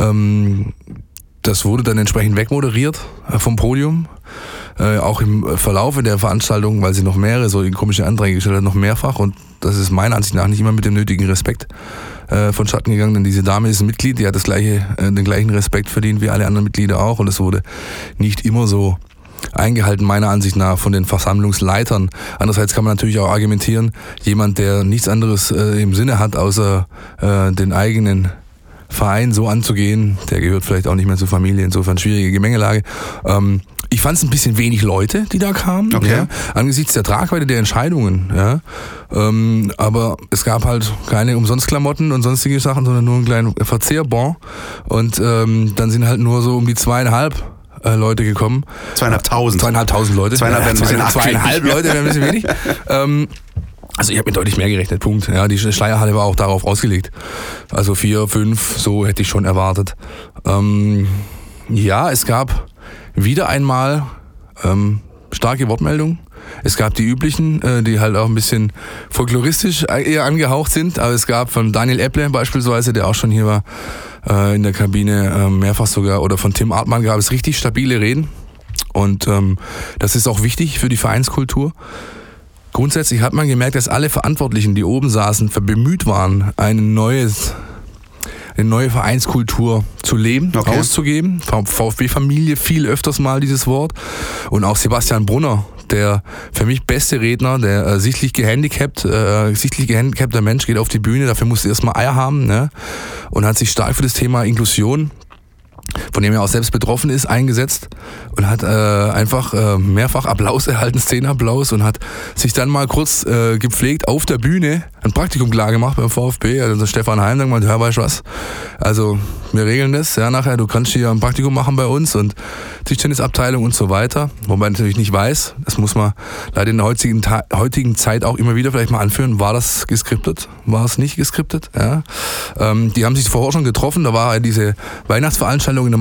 das wurde dann entsprechend wegmoderiert vom Podium. Auch im Verlaufe der Veranstaltung, weil sie noch mehrere so komische Anträge gestellt hat, noch mehrfach. Und das ist meiner Ansicht nach nicht immer mit dem nötigen Respekt vonstatten gegangen, denn diese Dame ist ein Mitglied, die hat den gleichen Respekt verdient wie alle anderen Mitglieder auch. Und es wurde nicht immer so eingehalten, meiner Ansicht nach, von den Versammlungsleitern. Andererseits kann man natürlich auch argumentieren, jemand, der nichts anderes im Sinne hat, außer den eigenen Verein so anzugehen, der gehört vielleicht auch nicht mehr zur Familie, insofern schwierige Gemengelage. Ich fand es ein bisschen wenig Leute, die da kamen, okay. Ja, angesichts der Tragweite der Entscheidungen. Ja. Aber es gab halt keine Umsonstklamotten und sonstige Sachen, sondern nur einen kleinen Verzehrbon. Und dann sind halt nur so um die 2,5 Leute gekommen. 2.500. 2.500 Leute. 2,5 Leute wäre ein bisschen wenig. Also ich habe mit deutlich mehr gerechnet, Punkt. Ja, die Schleierhalle war auch darauf ausgelegt. Also 4, 5, so hätte ich schon erwartet. Ja, es gab wieder einmal starke Wortmeldungen. Es gab die üblichen, die halt auch ein bisschen folkloristisch eher angehaucht sind. Aber es gab von Daniel Epple beispielsweise, der auch schon hier war in der Kabine, mehrfach sogar, oder von Tim Artmann gab es richtig stabile Reden. Und das ist auch wichtig für die Vereinskultur. Grundsätzlich hat man gemerkt, dass alle Verantwortlichen, die oben saßen, bemüht waren, eine neue Vereinskultur zu leben, auszugeben. VfB-Familie fiel öfters mal dieses Wort. Und auch Sebastian Brunner, der für mich beste Redner, der sichtlich gehandicapter Mensch, geht auf die Bühne, dafür musste erstmal Eier haben, ne? Und hat sich stark für das Thema Inklusion, von dem er auch selbst betroffen ist, eingesetzt und hat einfach mehrfach Applaus erhalten, Szenenapplaus, und hat sich dann mal kurz gepflegt auf der Bühne ein Praktikum klar gemacht beim VfB. Also Stefan Heim sagt mal, hör, weißt du was, also wir regeln das, ja, nachher, du kannst hier ein Praktikum machen bei uns und Tischtennisabteilung und so weiter. Wobei ich natürlich nicht weiß, das muss man leider in der heutigen Zeit auch immer wieder vielleicht mal anführen, war das geskriptet, war es nicht geskriptet, ja. Die haben sich vorher schon getroffen, da war diese Weihnachtsveranstaltung in der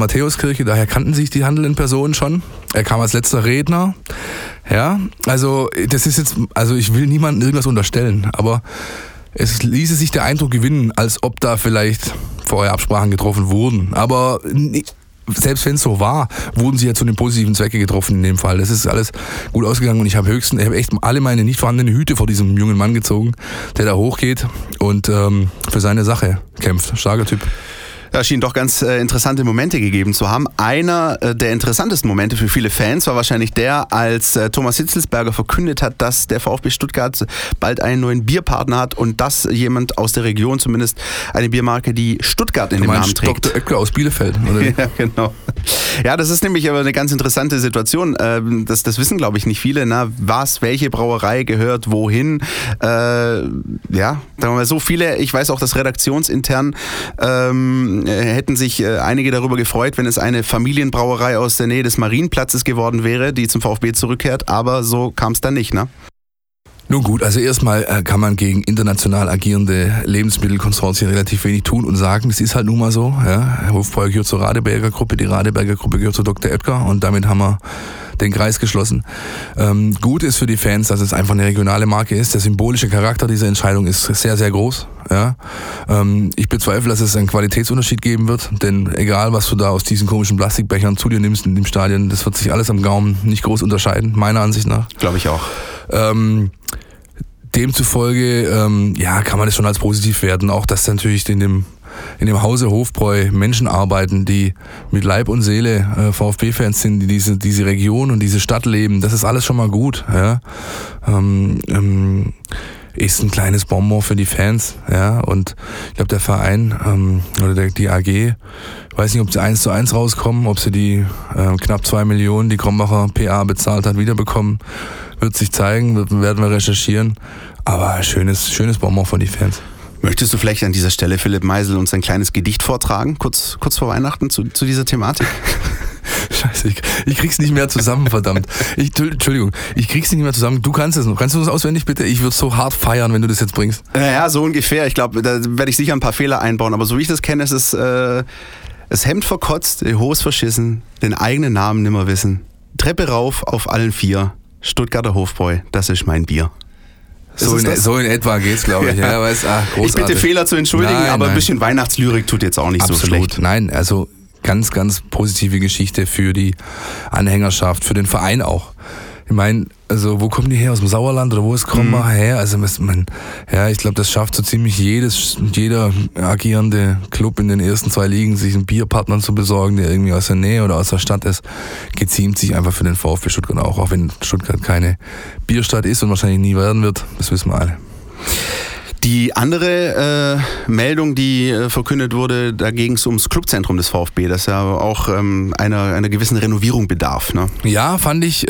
Matthäuskirche, daher kannten sich die handelnden Personen schon. Er kam als letzter Redner. Ja, also das ist jetzt, also ich will niemandem irgendwas unterstellen, aber es ließe sich der Eindruck gewinnen, als ob da vielleicht vorher Absprachen getroffen wurden. Aber selbst wenn es so war, wurden sie ja zu den positiven Zwecke getroffen in dem Fall. Das ist alles gut ausgegangen und ich habe echt alle meine nicht vorhandenen Hüte vor diesem jungen Mann gezogen, der da hochgeht und für seine Sache kämpft. Starker Typ. Da schien doch ganz interessante Momente gegeben zu haben. Einer der interessantesten Momente für viele Fans war wahrscheinlich der, als Thomas Hitzelsberger verkündet hat, dass der VfB Stuttgart bald einen neuen Bierpartner hat und dass jemand aus der Region zumindest eine Biermarke, die Stuttgart in dem Namen trägt. Dr. Oetker aus Bielefeld, oder? Ja, genau. Ja, das ist nämlich aber eine ganz interessante Situation. Das wissen, glaube ich, nicht viele. Welche Brauerei gehört wohin? Ja, sagen wir mal so viele. Ich weiß auch, dass redaktionsintern hätten sich einige darüber gefreut, wenn es eine Familienbrauerei aus der Nähe des Marienplatzes geworden wäre, die zum VfB zurückkehrt, aber so kam es dann nicht, ne? Nun gut, also erstmal kann man gegen international agierende Lebensmittelkonsortien relativ wenig tun und sagen, das ist halt nun mal so. Ja. Hofbräu gehört zur Radeberger Gruppe, die Radeberger Gruppe gehört zu Dr. Oetker und damit haben wir den Kreis geschlossen. Gut ist für die Fans, dass es einfach eine regionale Marke ist. Der symbolische Charakter dieser Entscheidung ist sehr, sehr groß. Ja. Ich bezweifle, dass es einen Qualitätsunterschied geben wird, denn egal, was du da aus diesen komischen Plastikbechern zu dir nimmst in dem Stadion, das wird sich alles am Gaumen nicht groß unterscheiden, meiner Ansicht nach. Glaube ich auch. Demzufolge kann man das schon als positiv werten, auch dass natürlich in dem Hause Hofbräu Menschen arbeiten, die mit Leib und Seele VfB-Fans sind, die diese Region und diese Stadt leben. Das ist alles schon mal gut. Ja. Ist ein kleines Bonbon für die Fans. Ja. Und ich glaube, der Verein oder die AG, ich weiß nicht, ob sie 1:1 rauskommen, ob sie die knapp 2 Millionen, die Krombacher PA bezahlt hat, wiederbekommen. Wird sich zeigen, werden wir recherchieren. Aber schönes Bonbon von die Fans. Möchtest du vielleicht an dieser Stelle, Philipp Meisel, uns ein kleines Gedicht vortragen, kurz vor Weihnachten zu dieser Thematik? Scheiße, ich krieg's nicht mehr zusammen, verdammt. Entschuldigung, ich krieg's nicht mehr zusammen. Du kannst es noch. Kannst du das auswendig bitte? Ich würde so hart feiern, wenn du das jetzt bringst. Ja, so ungefähr. Ich glaube, da werde ich sicher ein paar Fehler einbauen. Aber so wie ich das kenne, ist es das Hemd verkotzt, die Hose verschissen, den eigenen Namen nimmer wissen. Treppe rauf auf allen 4. Stuttgarter Hofbräu, das ist mein Bier. So in etwa geht's, glaube ich. Ja. Großartig. Ich bitte Fehler zu entschuldigen, aber ein bisschen Weihnachtslyrik tut jetzt auch nicht Absolut. So schlecht. Nein, also ganz, ganz positive Geschichte für die Anhängerschaft, für den Verein auch. Ich meine, also wo kommen die her? Aus dem Sauerland oder wo kommen wir her? Also ich glaube, das schafft so ziemlich jeder agierende Club in den ersten 2 Ligen, sich einen Bierpartner zu besorgen, der irgendwie aus der Nähe oder aus der Stadt ist, geziemt sich einfach für den VfB Stuttgart auch wenn Stuttgart keine Bierstadt ist und wahrscheinlich nie werden wird. Das wissen wir alle. Die andere Meldung, die verkündet wurde, da ging es ums Clubzentrum des VfB, das ja auch einer gewissen Renovierung bedarf. Ne? Ja, fand ich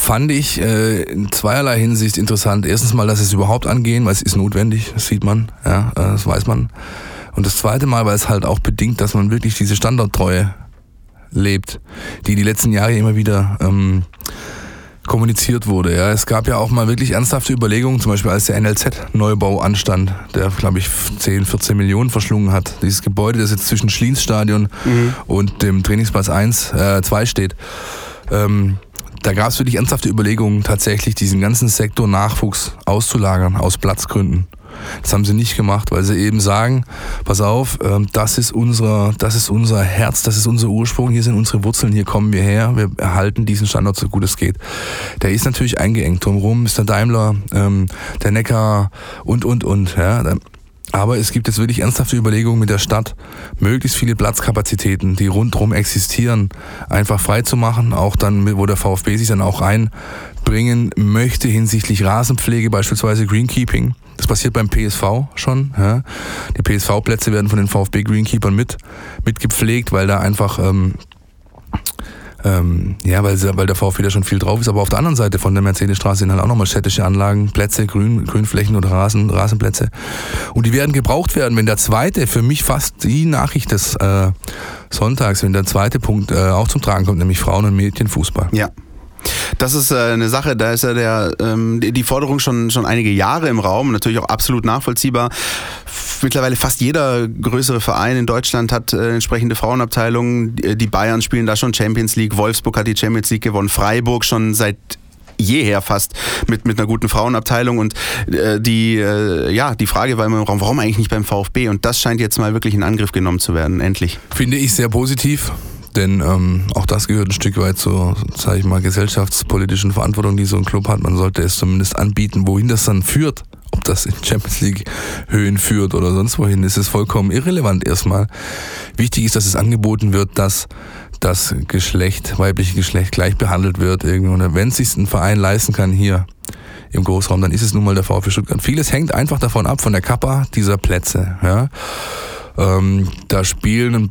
in zweierlei Hinsicht interessant. Erstens mal, dass es überhaupt angehen, weil es ist notwendig, das sieht man, ja, das weiß man. Und das zweite Mal, weil es halt auch bedingt, dass man wirklich diese Standorttreue lebt, die letzten Jahre immer wieder kommuniziert wurde. Ja. Es gab ja auch mal wirklich ernsthafte Überlegungen, zum Beispiel als der NLZ-Neubau anstand, der, glaube ich, 10, 14 Millionen verschlungen hat. Dieses Gebäude, das jetzt zwischen Schliens-Stadion und dem Trainingsplatz 2 steht. Da gab es wirklich ernsthafte Überlegungen, tatsächlich diesen ganzen Sektor Nachwuchs auszulagern, aus Platzgründen. Das haben sie nicht gemacht, weil sie eben sagen, pass auf, das ist unser Herz, das ist unser Ursprung, hier sind unsere Wurzeln, hier kommen wir her, wir erhalten diesen Standort so gut es geht. Der ist natürlich eingeengt, drumherum ist der Daimler, der Neckar und. Ja. Aber es gibt jetzt wirklich ernsthafte Überlegungen mit der Stadt, möglichst viele Platzkapazitäten, die rundherum existieren, einfach frei zu machen, auch dann, wo der VfB sich dann auch einbringen möchte hinsichtlich Rasenpflege, beispielsweise Greenkeeping. Das passiert beim PSV schon. Ja. Die PSV-Plätze werden von den VfB-Greenkeepern mit gepflegt, weil da einfach weil der VfB da schon viel drauf ist. Aber auf der anderen Seite von der Mercedesstraße sind halt auch nochmal städtische Anlagen, Plätze, Grünflächen oder Rasenplätze. Und die werden gebraucht werden, wenn der zweite, für mich fast die Nachricht des Sonntags, wenn der zweite Punkt auch zum Tragen kommt, nämlich Frauen- und Mädchenfußball. Ja. Das ist eine Sache, da ist ja die Forderung schon einige Jahre im Raum, natürlich auch absolut nachvollziehbar. Mittlerweile fast jeder größere Verein in Deutschland hat entsprechende Frauenabteilungen. Die Bayern spielen da schon Champions League, Wolfsburg hat die Champions League gewonnen, Freiburg schon seit jeher fast mit einer guten Frauenabteilung und die Frage war immer im Raum, warum eigentlich nicht beim VfB? Und das scheint jetzt mal wirklich in Angriff genommen zu werden, endlich. Finde ich sehr positiv. Denn auch das gehört ein Stück weit zur, sage ich mal, gesellschaftspolitischen Verantwortung, die so ein Club hat. Man sollte es zumindest anbieten. Wohin das dann führt, ob das in Champions League Höhen führt oder sonst wohin, ist es vollkommen irrelevant erstmal. Wichtig ist, dass es angeboten wird, dass das weibliche Geschlecht gleich behandelt wird. Und wenn es sich ein Verein leisten kann hier im Großraum, dann ist es nun mal der VfB Stuttgart. Vieles hängt einfach davon ab, von der Kappa dieser Plätze. Ja? Da spielen,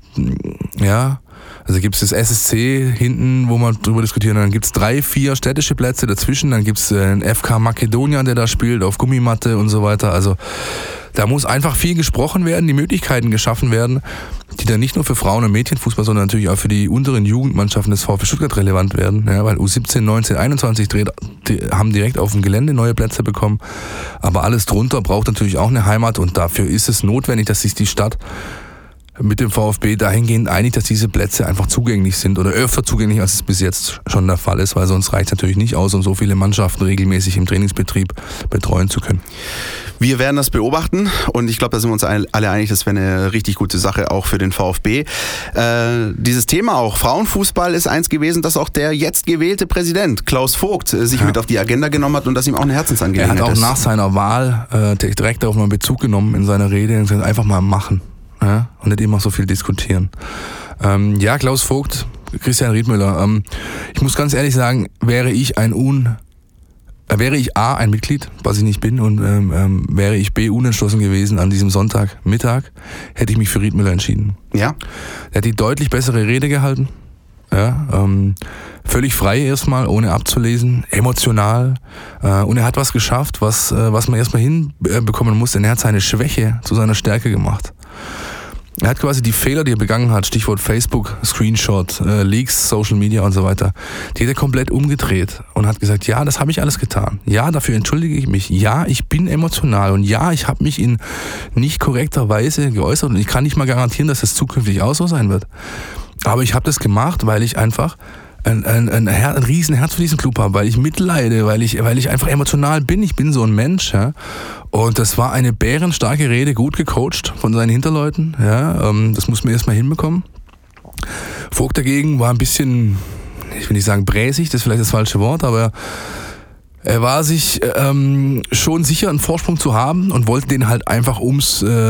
also gibt es das SSC hinten, wo man drüber diskutieren, dann gibt es 3-4 städtische Plätze dazwischen, dann gibt es den FK Makedonien, der da spielt, auf Gummimatte und so weiter. Also da muss einfach viel gesprochen werden, die Möglichkeiten geschaffen werden, die dann nicht nur für Frauen- und Mädchenfußball, sondern natürlich auch für die unteren Jugendmannschaften des VfB Stuttgart relevant werden. Ja, weil U17, 19, 21 haben direkt auf dem Gelände neue Plätze bekommen. Aber alles drunter braucht natürlich auch eine Heimat und dafür ist es notwendig, dass sich die Stadt mit dem VfB dahingehend einig, dass diese Plätze einfach zugänglich sind oder öfter zugänglich, als es bis jetzt schon der Fall ist, weil sonst reicht es natürlich nicht aus, um so viele Mannschaften regelmäßig im Trainingsbetrieb betreuen zu können. Wir werden das beobachten und ich glaube, da sind wir uns alle einig, das wäre eine richtig gute Sache auch für den VfB. Dieses Thema auch, Frauenfußball ist eins gewesen, das auch der jetzt gewählte Präsident Klaus Vogt sich mit auf die Agenda genommen hat und das ihm auch eine Herzensangelegenheit ist. Er hat auch nach seiner Wahl direkt darauf mal Bezug genommen in seiner Rede und gesagt, einfach mal machen. Ja, und nicht immer so viel diskutieren. Klaus Vogt, Christian Riedmüller. Ich muss ganz ehrlich sagen, wäre ich A, ein Mitglied, was ich nicht bin, und wäre ich B, unentschlossen gewesen an diesem Sonntagmittag, hätte ich mich für Riedmüller entschieden. Ja. Er hat die deutlich bessere Rede gehalten. Ja, völlig frei erstmal, ohne abzulesen, emotional. Und er hat was geschafft, was man erstmal hinbekommen muss, denn er hat seine Schwäche zu seiner Stärke gemacht. Er hat quasi die Fehler, die er begangen hat, Stichwort Facebook, Screenshot, Leaks, Social Media und so weiter, die hat er komplett umgedreht und hat gesagt, ja, das habe ich alles getan. Ja, dafür entschuldige ich mich. Ja, ich bin emotional und ja, ich habe mich in nicht korrekter Weise geäußert und ich kann nicht mal garantieren, dass das zukünftig auch so sein wird. Aber ich habe das gemacht, weil ich einfach ein riesen Herz für diesen Club habe, weil ich mitleide, weil ich einfach emotional bin. Ich bin so ein Mensch. Ja. Und das war eine bärenstarke Rede, gut gecoacht von seinen Hinterleuten. Ja. Das muss man erstmal hinbekommen. Vogt dagegen war ein bisschen, ich will nicht sagen bräsig, das ist vielleicht das falsche Wort, aber er war sich schon sicher, einen Vorsprung zu haben und wollte den halt einfach um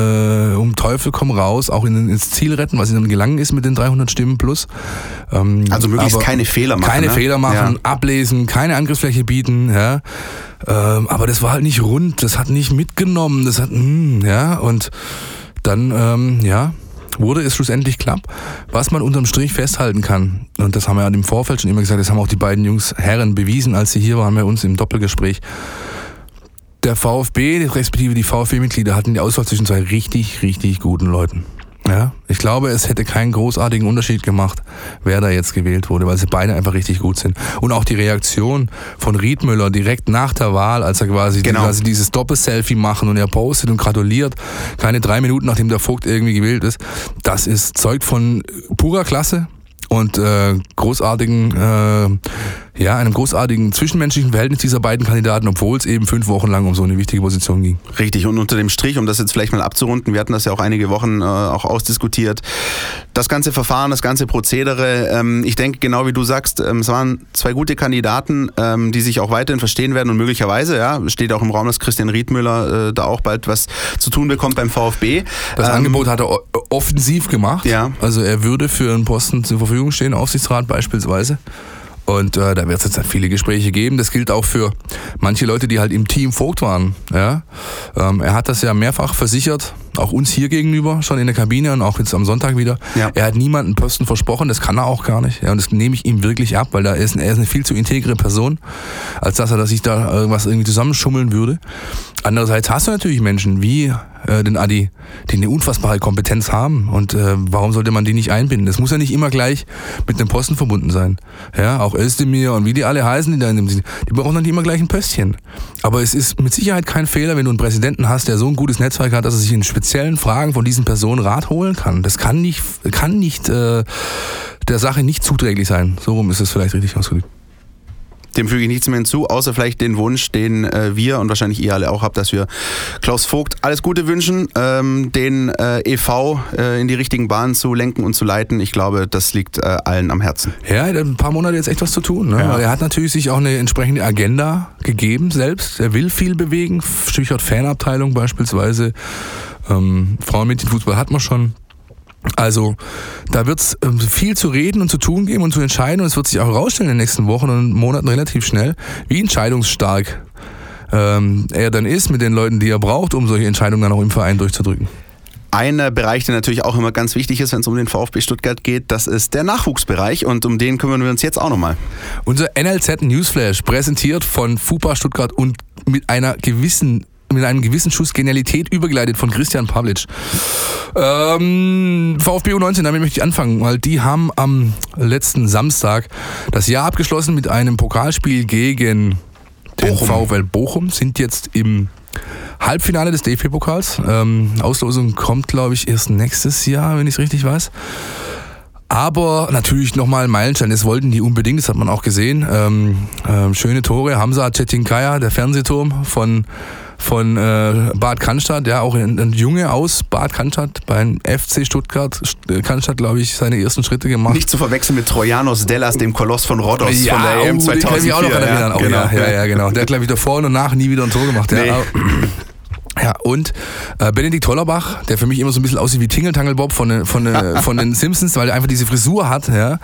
Teufel komm raus auch ins Ziel retten, was ihm dann gelangen ist mit den 300 Stimmen plus. Also möglichst keine Fehler machen. Keine Fehler machen, ja. Ablesen, keine Angriffsfläche bieten. Ja. Aber das war halt nicht rund, das hat nicht mitgenommen, das hat, und dann, wurde es schlussendlich knapp. Was man unterm Strich festhalten kann, und das haben wir ja im Vorfeld schon immer gesagt, das haben auch die beiden Herren bewiesen, als sie hier waren bei uns im Doppelgespräch. Der VfB, respektive die VfB-Mitglieder, hatten die Auswahl zwischen zwei richtig, richtig guten Leuten. Ja, ich glaube, es hätte keinen großartigen Unterschied gemacht, wer da jetzt gewählt wurde, weil sie beide einfach richtig gut sind. Und auch die Reaktion von Riedmüller direkt nach der Wahl, als er quasi dieses Doppelselfie machen und er postet und gratuliert, keine 3 Minuten nachdem der Vogt irgendwie gewählt ist, das ist zeugt von purer Klasse und einem großartigen zwischenmenschlichen Verhältnis dieser beiden Kandidaten, obwohl es eben 5 Wochen lang um so eine wichtige Position ging. Richtig, und unter dem Strich, um das jetzt vielleicht mal abzurunden, wir hatten das ja auch einige Wochen auch ausdiskutiert, das ganze Verfahren, das ganze Prozedere, ich denke genau wie du sagst, es waren 2 gute Kandidaten, die sich auch weiterhin verstehen werden und möglicherweise, steht auch im Raum, dass Christian Riedmüller da auch bald was zu tun bekommt beim VfB. Das Angebot hat er offensiv gemacht, also er würde für einen Posten zur Verfügung stehen, Aufsichtsrat beispielsweise. Und da wird es jetzt halt viele Gespräche geben. Das gilt auch für manche Leute, die halt im Team Vogt waren. Ja? Er hat das ja mehrfach versichert, auch uns hier gegenüber, schon in der Kabine und auch jetzt am Sonntag wieder. Ja. Er hat niemanden Posten versprochen, das kann er auch gar nicht. Ja, und das nehme ich ihm wirklich ab, weil er ist eine viel zu integre Person, als dass er sich da irgendwas irgendwie zusammenschummeln würde. Andererseits hast du natürlich Menschen wie den Adi, die eine unfassbare Kompetenz haben und warum sollte man die nicht einbinden? Das muss ja nicht immer gleich mit einem Posten verbunden sein. Ja, auch Özdemir und wie die alle heißen, die brauchen dann nicht immer gleich ein Pöstchen. Aber es ist mit Sicherheit kein Fehler, wenn du einen Präsidenten hast, der so ein gutes Netzwerk hat, dass er sich in speziellen Fragen von diesen Personen Rat holen kann. Das kann nicht der Sache nicht zuträglich sein. So rum ist es vielleicht richtig ausgedrückt. Dem füge ich nichts mehr hinzu, außer vielleicht den Wunsch, den wir und wahrscheinlich ihr alle auch habt, dass wir Klaus Vogt alles Gute wünschen, den e.V. In die richtigen Bahnen zu lenken und zu leiten. Ich glaube, das liegt allen am Herzen. Ja, er hat ein paar Monate jetzt echt was zu tun. Ne? Ja. Er hat natürlich sich auch eine entsprechende Agenda gegeben selbst. Er will viel bewegen, Stichwort Fanabteilung beispielsweise. Frauenmädchenfußball hat man schon. Also da wird es viel zu reden und zu tun geben und zu entscheiden und es wird sich auch herausstellen in den nächsten Wochen und Monaten relativ schnell, wie entscheidungsstark er dann ist mit den Leuten, die er braucht, um solche Entscheidungen dann auch im Verein durchzudrücken. Ein Bereich, der natürlich auch immer ganz wichtig ist, wenn es um den VfB Stuttgart geht, das ist der Nachwuchsbereich und um den kümmern wir uns jetzt auch nochmal. Unser NLZ Newsflash, präsentiert von FUPA Stuttgart und mit einem gewissen Schuss Genialität übergeleitet von Christian Pavlic. VfB U19, damit möchte ich anfangen, weil die haben am letzten Samstag das Jahr abgeschlossen mit einem Pokalspiel gegen den VfL Bochum, sind jetzt im Halbfinale des DFB-Pokals. Auslosung kommt, glaube ich, erst nächstes Jahr, wenn ich es richtig weiß. Aber natürlich nochmal ein Meilenstein, das wollten die unbedingt, das hat man auch gesehen. Schöne Tore, Hamza Çetinkaya, der Fernsehturm von Bad Cannstatt, ja, auch ein Junge aus Bad Cannstatt beim FC Stuttgart, Cannstatt, glaube ich, seine ersten Schritte gemacht. Nicht zu verwechseln mit Trojanos Dellas, dem Koloss von Rhodos von der EM 2004. Den kann ich auch noch erinnern. Genau. Der hat, glaube ich, davor und nach nie wieder ein Tor gemacht. Nee. Ja, und Benedikt Hollerbach, der für mich immer so ein bisschen aussieht wie Tingle Bob von den Simpsons, weil er einfach diese Frisur hat. Ja.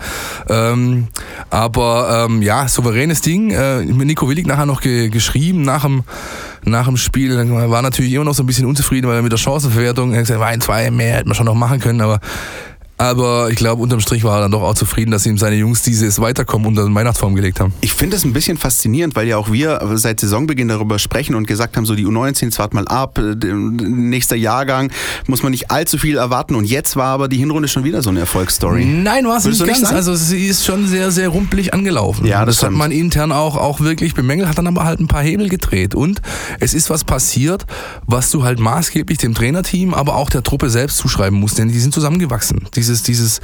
Aber souveränes Ding. Nico Willig nachher noch geschrieben nach dem Spiel. War natürlich immer noch so ein bisschen unzufrieden, weil er mit der Chancenverwertung, er hat gesagt, 1-2 mehr hätte man schon noch machen können, aber ich glaube, unterm Strich war er dann doch auch zufrieden, dass ihm seine Jungs dieses Weiterkommen unter den Weihnachtsbaum gelegt haben. Ich finde es ein bisschen faszinierend, weil ja auch wir seit Saisonbeginn darüber sprechen und gesagt haben, so die U19, jetzt wart mal ab, nächster Jahrgang, muss man nicht allzu viel erwarten und jetzt war aber die Hinrunde schon wieder so eine Erfolgsstory. Nein, war es nicht ganz. Also sie ist schon sehr, sehr rumpelig angelaufen. Ja, das hat man intern auch wirklich bemängelt, hat dann aber halt ein paar Hebel gedreht und es ist was passiert, was du halt maßgeblich dem Trainerteam, aber auch der Truppe selbst zuschreiben musst, denn die sind zusammengewachsen. Sie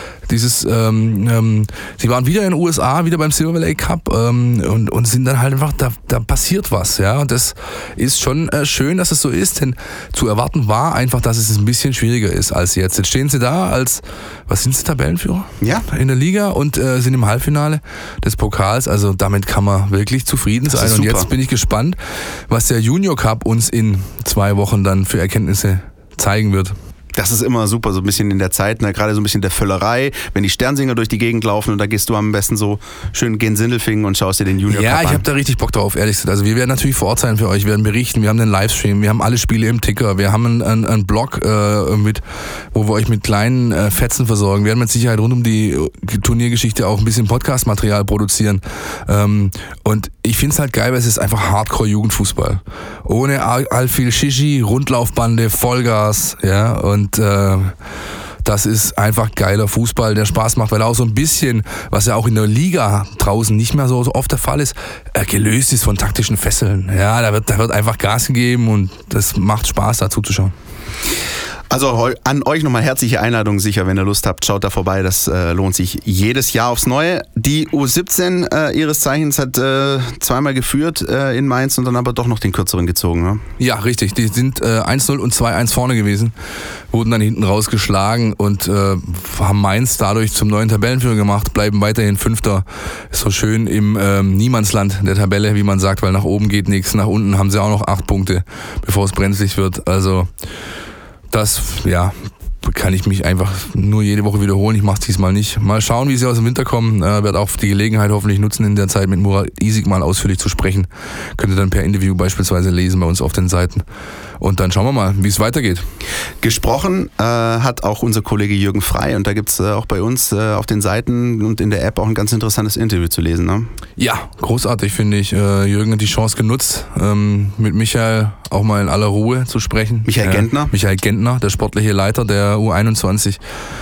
waren wieder in den USA, wieder beim Silver Valley Cup und sind dann halt einfach, da passiert was, ja, und das ist schon schön, dass es so ist, denn zu erwarten war einfach, dass es ein bisschen schwieriger ist als jetzt. Jetzt stehen sie da was sind sie, Tabellenführer? Ja. In der Liga und sind im Halbfinale des Pokals, also damit kann man wirklich zufrieden sein und jetzt bin ich gespannt, was der Junior Cup uns in 2 Wochen dann für Erkenntnisse zeigen wird. Das ist immer super, so ein bisschen in der Zeit, ne? Gerade so ein bisschen der Völlerei, wenn die Sternsinger durch die Gegend laufen und da gehst du am besten so schön gen Sindelfingen und schaust dir den Junior Cup an. Ja, ich habe da richtig Bock drauf, ehrlich gesagt. Also wir werden natürlich vor Ort sein für euch, wir werden berichten, wir haben einen Livestream, wir haben alle Spiele im Ticker, wir haben einen Blog, wo wir euch mit kleinen Fetzen versorgen. Wir werden mit Sicherheit rund um die Turniergeschichte auch ein bisschen Podcast-Material produzieren. Und ich finde es halt geil, weil es ist einfach Hardcore-Jugendfußball. Ohne all viel Shishi, Rundlaufbande, Vollgas, ja, und das ist einfach geiler Fußball, der Spaß macht, weil er auch so ein bisschen, was ja auch in der Liga draußen nicht mehr so oft der Fall ist, gelöst ist von taktischen Fesseln. Ja, da wird einfach Gas gegeben und das macht Spaß, da zuzuschauen. Also an euch nochmal herzliche Einladung, sicher, wenn ihr Lust habt, schaut da vorbei, das lohnt sich jedes Jahr aufs Neue. Die U17 ihres Zeichens hat 2-mal geführt in Mainz und dann aber doch noch den kürzeren gezogen, ne? Ja, richtig, die sind 1-0 und 2-1 vorne gewesen, wurden dann hinten rausgeschlagen und haben Mainz dadurch zum neuen Tabellenführer gemacht, bleiben weiterhin Fünfter, ist so schön im Niemandsland der Tabelle, wie man sagt, weil nach oben geht nichts, nach unten haben sie auch noch 8 Punkte, bevor es brenzlig wird, also das, ja, kann ich mich einfach nur jede Woche wiederholen. Ich mache es diesmal nicht. Mal schauen, wie sie aus dem Winter kommen. Werde auch die Gelegenheit hoffentlich nutzen, in der Zeit mit Murat Isik mal ausführlich zu sprechen. Könnt ihr dann per Interview beispielsweise lesen bei uns auf den Seiten. Und dann schauen wir mal, wie es weitergeht. Gesprochen hat auch unser Kollege Jürgen Frey und da gibt es auch bei uns auf den Seiten und in der App auch ein ganz interessantes Interview zu lesen. Ne? Ja, großartig finde ich. Jürgen hat die Chance genutzt, mit Michael auch mal in aller Ruhe zu sprechen. Michael Gentner. Michael Gentner, der sportliche Leiter der U21.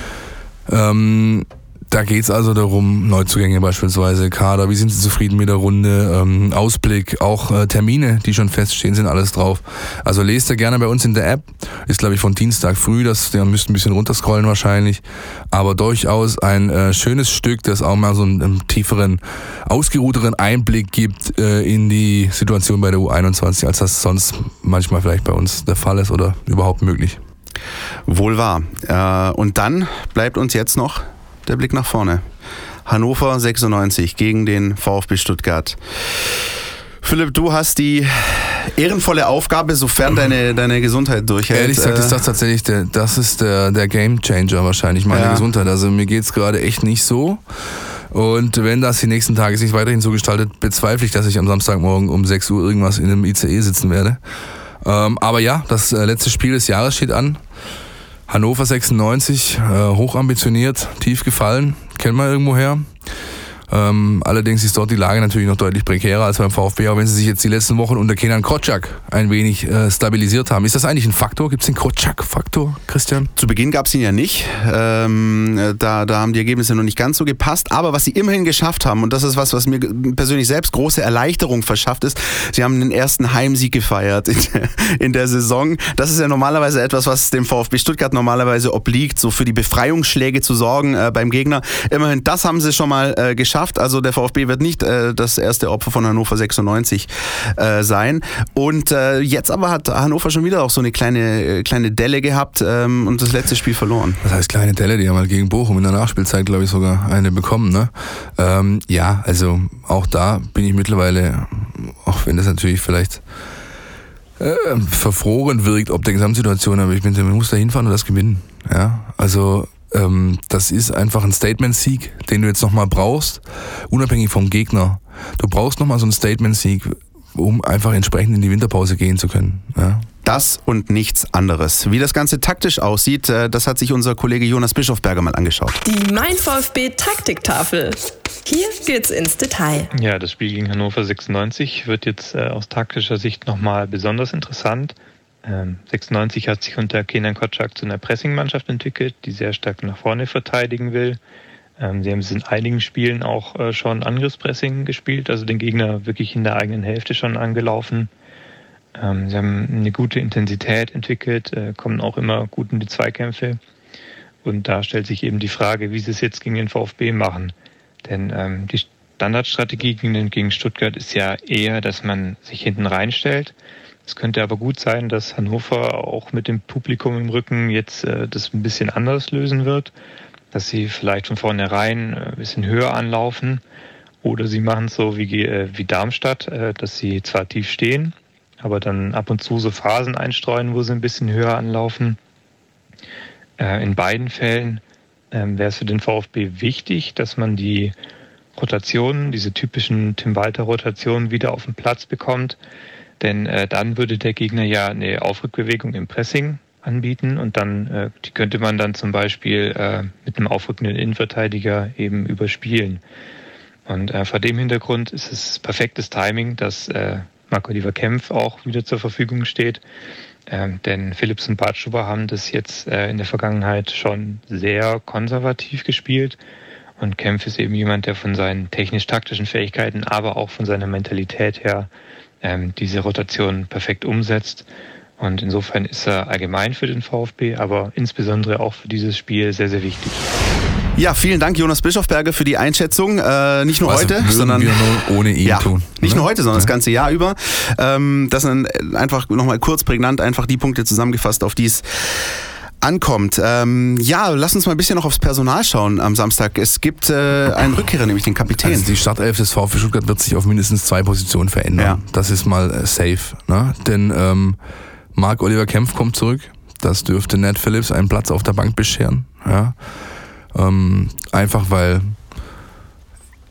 Da geht es also darum, Neuzugänge beispielsweise, Kader, wie sind Sie zufrieden mit der Runde, Ausblick, auch Termine, die schon feststehen, sind alles drauf. Also lest ihr gerne bei uns in der App, ist glaube ich von Dienstag früh, der müsst ein bisschen runterscrollen wahrscheinlich, aber durchaus ein schönes Stück, das auch mal so einen tieferen, ausgeruhteren Einblick gibt in die Situation bei der U21, als das sonst manchmal vielleicht bei uns der Fall ist oder überhaupt möglich. Wohl wahr. Und dann bleibt uns jetzt noch der Blick nach vorne. Hannover 96 gegen den VfB Stuttgart. Philipp, du hast die ehrenvolle Aufgabe, sofern deine Gesundheit durchhält. Ehrlich gesagt ist das tatsächlich der Game Changer wahrscheinlich, meine Gesundheit. Also mir geht es gerade echt nicht so. Und wenn das die nächsten Tage sich weiterhin so gestaltet, bezweifle ich, dass ich am Samstagmorgen um 6 Uhr irgendwas in einem ICE sitzen werde. Aber ja, das letzte Spiel des Jahres steht an. Hannover 96, hochambitioniert, tief gefallen, kennen wir irgendwoher. Allerdings ist dort die Lage natürlich noch deutlich prekärer als beim VfB, auch wenn sie sich jetzt die letzten Wochen unter Kenan Kotschak ein wenig stabilisiert haben. Ist das eigentlich ein Faktor? Gibt es den Kotschak-Faktor, Christian? Zu Beginn gab es ihn ja nicht. Da haben die Ergebnisse noch nicht ganz so gepasst. Aber was sie immerhin geschafft haben, und das ist was mir persönlich selbst große Erleichterung verschafft ist, sie haben den ersten Heimsieg gefeiert in der Saison. Das ist ja normalerweise etwas, was dem VfB Stuttgart normalerweise obliegt, so für die Befreiungsschläge zu sorgen beim Gegner. Immerhin, das haben sie schon mal geschafft. Also der VfB wird nicht das erste Opfer von Hannover 96 sein. Und jetzt aber hat Hannover schon wieder auch so eine kleine Delle gehabt und das letzte Spiel verloren. Das heißt kleine Delle, die haben halt gegen Bochum in der Nachspielzeit, glaube ich, sogar eine bekommen. Ne? Ja, also auch da bin ich mittlerweile, auch wenn das natürlich vielleicht verfroren wirkt, ob der Gesamtsituation, aber man muss da hinfahren und das gewinnen. Ja, also das ist einfach ein Statement-Sieg, den du jetzt nochmal brauchst, unabhängig vom Gegner. Du brauchst nochmal so einen Statement-Sieg, um einfach entsprechend in die Winterpause gehen zu können. Ja. Das und nichts anderes. Wie das Ganze taktisch aussieht, das hat sich unser Kollege Jonas Bischofberger mal angeschaut. Die Mein VfB Taktiktafel. Hier geht's ins Detail. Ja, das Spiel gegen Hannover 96 wird jetzt aus taktischer Sicht nochmal besonders interessant. 96 hat sich unter Kenan Kotschak zu einer Pressingmannschaft entwickelt, die sehr stark nach vorne verteidigen will. Sie haben es in einigen Spielen auch schon Angriffspressing gespielt, also den Gegner wirklich in der eigenen Hälfte schon angelaufen. Sie haben eine gute Intensität entwickelt, kommen auch immer gut in die Zweikämpfe. Und da stellt sich eben die Frage, wie sie es jetzt gegen den VfB machen. Denn die Standardstrategie gegen Stuttgart ist ja eher, dass man sich hinten reinstellt. Es könnte aber gut sein, dass Hannover auch mit dem Publikum im Rücken jetzt das ein bisschen anders lösen wird, dass sie vielleicht von vornherein ein bisschen höher anlaufen oder sie machen es so wie Darmstadt, dass sie zwar tief stehen, aber dann ab und zu so Phasen einstreuen, wo sie ein bisschen höher anlaufen. In beiden Fällen wäre es für den VfB wichtig, dass man die Rotationen, diese typischen Tim Walter-Rotationen wieder auf den Platz bekommt. Denn dann würde der Gegner ja eine Aufrückbewegung im Pressing anbieten und dann die könnte man dann zum Beispiel mit einem aufrückenden Innenverteidiger eben überspielen. Und vor dem Hintergrund ist es perfektes Timing, dass Marc-Oliver Kempf auch wieder zur Verfügung steht. Denn Phillips und Bartschuber haben das jetzt in der Vergangenheit schon sehr konservativ gespielt. Und Kempf ist eben jemand, der von seinen technisch-taktischen Fähigkeiten, aber auch von seiner Mentalität her diese Rotation perfekt umsetzt. Und insofern ist er allgemein für den VfB, aber insbesondere auch für dieses Spiel sehr, sehr wichtig. Ja, vielen Dank, Jonas Bischofberger, für die Einschätzung. Nicht nur heute, sondern wir nur ohne ihn tun. Nicht nur heute, sondern das ganze Jahr über. Das sind einfach nochmal kurz prägnant einfach die Punkte zusammengefasst, auf die es ankommt. Lass uns mal ein bisschen noch aufs Personal schauen am Samstag. Es gibt einen Rückkehrer, nämlich den Kapitän. Also die Startelf des VfB Stuttgart wird sich auf mindestens 2 Positionen verändern. Ja. Das ist mal safe. Ne? Denn Marc-Oliver Kempf kommt zurück. Das dürfte Nat Phillips einen Platz auf der Bank bescheren. Ja? Einfach weil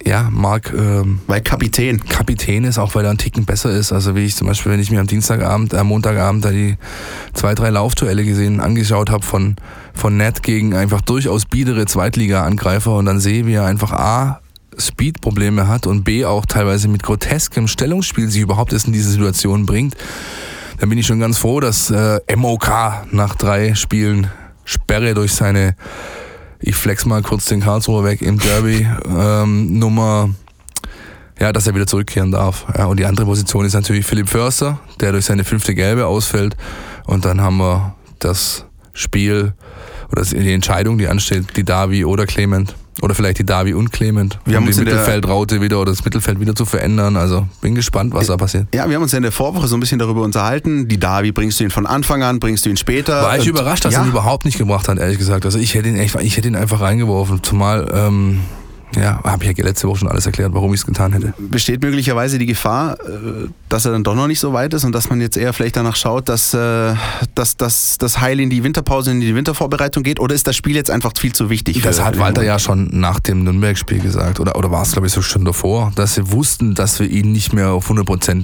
ja, Marc... weil Kapitän ist, auch weil er einen Ticken besser ist. Also wie ich zum Beispiel, wenn ich mir am Montagabend da die 2-3 Laufduelle angeschaut habe von Ned gegen einfach durchaus biedere Zweitliga-Angreifer und dann sehe, wie er einfach A, Speed-Probleme hat und B, auch teilweise mit groteskem Stellungsspiel sich überhaupt erst in diese Situation bringt, dann bin ich schon ganz froh, dass MOK nach 3 Spielen Sperre durch seine, ich flex mal kurz den Karlsruher weg, im Derby Nummer, ja, dass er wieder zurückkehren darf. Ja, und die andere Position ist natürlich Philipp Förster, der durch seine 5. Gelbe ausfällt. Und dann haben wir das Spiel oder die Entscheidung, die ansteht, die Davi oder Clement. Oder vielleicht die Davi und Clement, wir haben die Mittelfeldraute wieder oder das Mittelfeld wieder zu verändern. Also bin gespannt, was da passiert. Ja, wir haben uns ja in der Vorwoche so ein bisschen darüber unterhalten. Die Davi, bringst du ihn von Anfang an, bringst du ihn später? War ich überrascht, dass er ihn überhaupt nicht gebracht hat, ehrlich gesagt. Also ich hätte ihn einfach reingeworfen. Zumal, habe ich ja letzte Woche schon alles erklärt, warum ich es getan hätte. Besteht möglicherweise die Gefahr, dass er dann doch noch nicht so weit ist und dass man jetzt eher vielleicht danach schaut, dass das Heil in die Winterpause, in die Wintervorbereitung geht? Oder ist das Spiel jetzt einfach viel zu wichtig? Das hat Walter ja schon nach dem Nürnberg-Spiel gesagt. Oder war es, glaube ich, so schon davor, dass sie wussten, dass wir ihn nicht mehr auf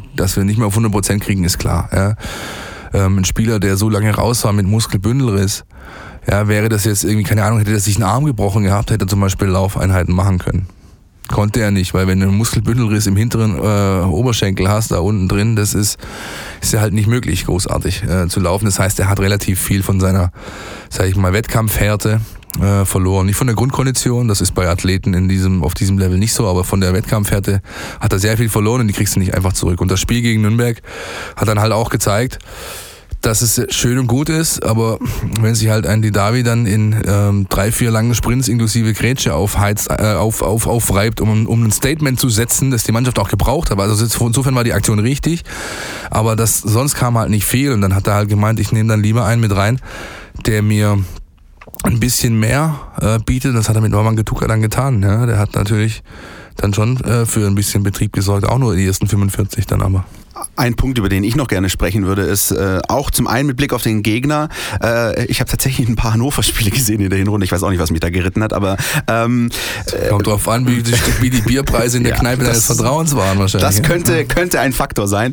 100% kriegen, ist klar. Ja. Ein Spieler, der so lange raus war mit Muskelbündelriss, ja, wäre das jetzt irgendwie, keine Ahnung, hätte er sich einen Arm gebrochen gehabt, hätte er zum Beispiel Laufeinheiten machen können. Konnte er nicht, weil wenn du einen Muskelbündelriss im hinteren Oberschenkel hast, da unten drin, das ist ja halt nicht möglich, großartig zu laufen. Das heißt, er hat relativ viel von seiner, sag ich mal, Wettkampfhärte verloren. Nicht von der Grundkondition, das ist bei Athleten auf diesem Level nicht so, aber von der Wettkampfhärte hat er sehr viel verloren und die kriegst du nicht einfach zurück. Und das Spiel gegen Nürnberg hat dann halt auch gezeigt, dass es schön und gut ist, aber wenn sich halt ein Didavi dann in 3-4 langen Sprints inklusive Grätsche aufreibt, um ein Statement zu setzen, das die Mannschaft auch gebraucht hat. Also insofern war die Aktion richtig, aber sonst kam halt nicht viel und dann hat er halt gemeint, ich nehme dann lieber einen mit rein, der mir ein bisschen mehr bietet. Das hat er mit Norman Getuka dann getan. Ja? Der hat natürlich dann schon für ein bisschen Betrieb gesorgt, auch nur die ersten 45 dann aber. Ein Punkt, über den ich noch gerne sprechen würde, ist auch zum einen mit Blick auf den Gegner. Ich habe tatsächlich ein paar Hannover-Spiele gesehen in der Hinrunde. Ich weiß auch nicht, was mich da geritten hat, aber kommt drauf an, wie die Bierpreise in der Kneipe deines Vertrauens waren wahrscheinlich. Das könnte ein Faktor sein.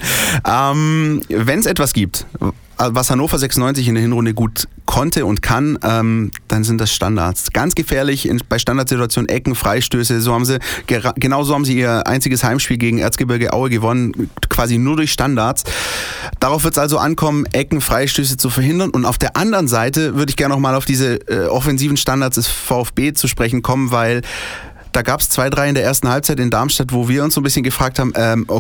Wenn es etwas gibt, was Hannover 96 in der Hinrunde gut konnte und kann, dann sind das Standards. Ganz gefährlich bei Standardsituationen, Ecken, Freistöße. Genauso haben sie ihr einziges Heimspiel gegen Erzgebirge Aue gewonnen, quasi nur durch Standards. Darauf wird es also ankommen, Ecken, Freistöße zu verhindern. Und auf der anderen Seite würde ich gerne noch mal auf diese offensiven Standards des VfB zu sprechen kommen, weil da gab es 2-3 in der ersten Halbzeit in Darmstadt, wo wir uns so ein bisschen gefragt haben,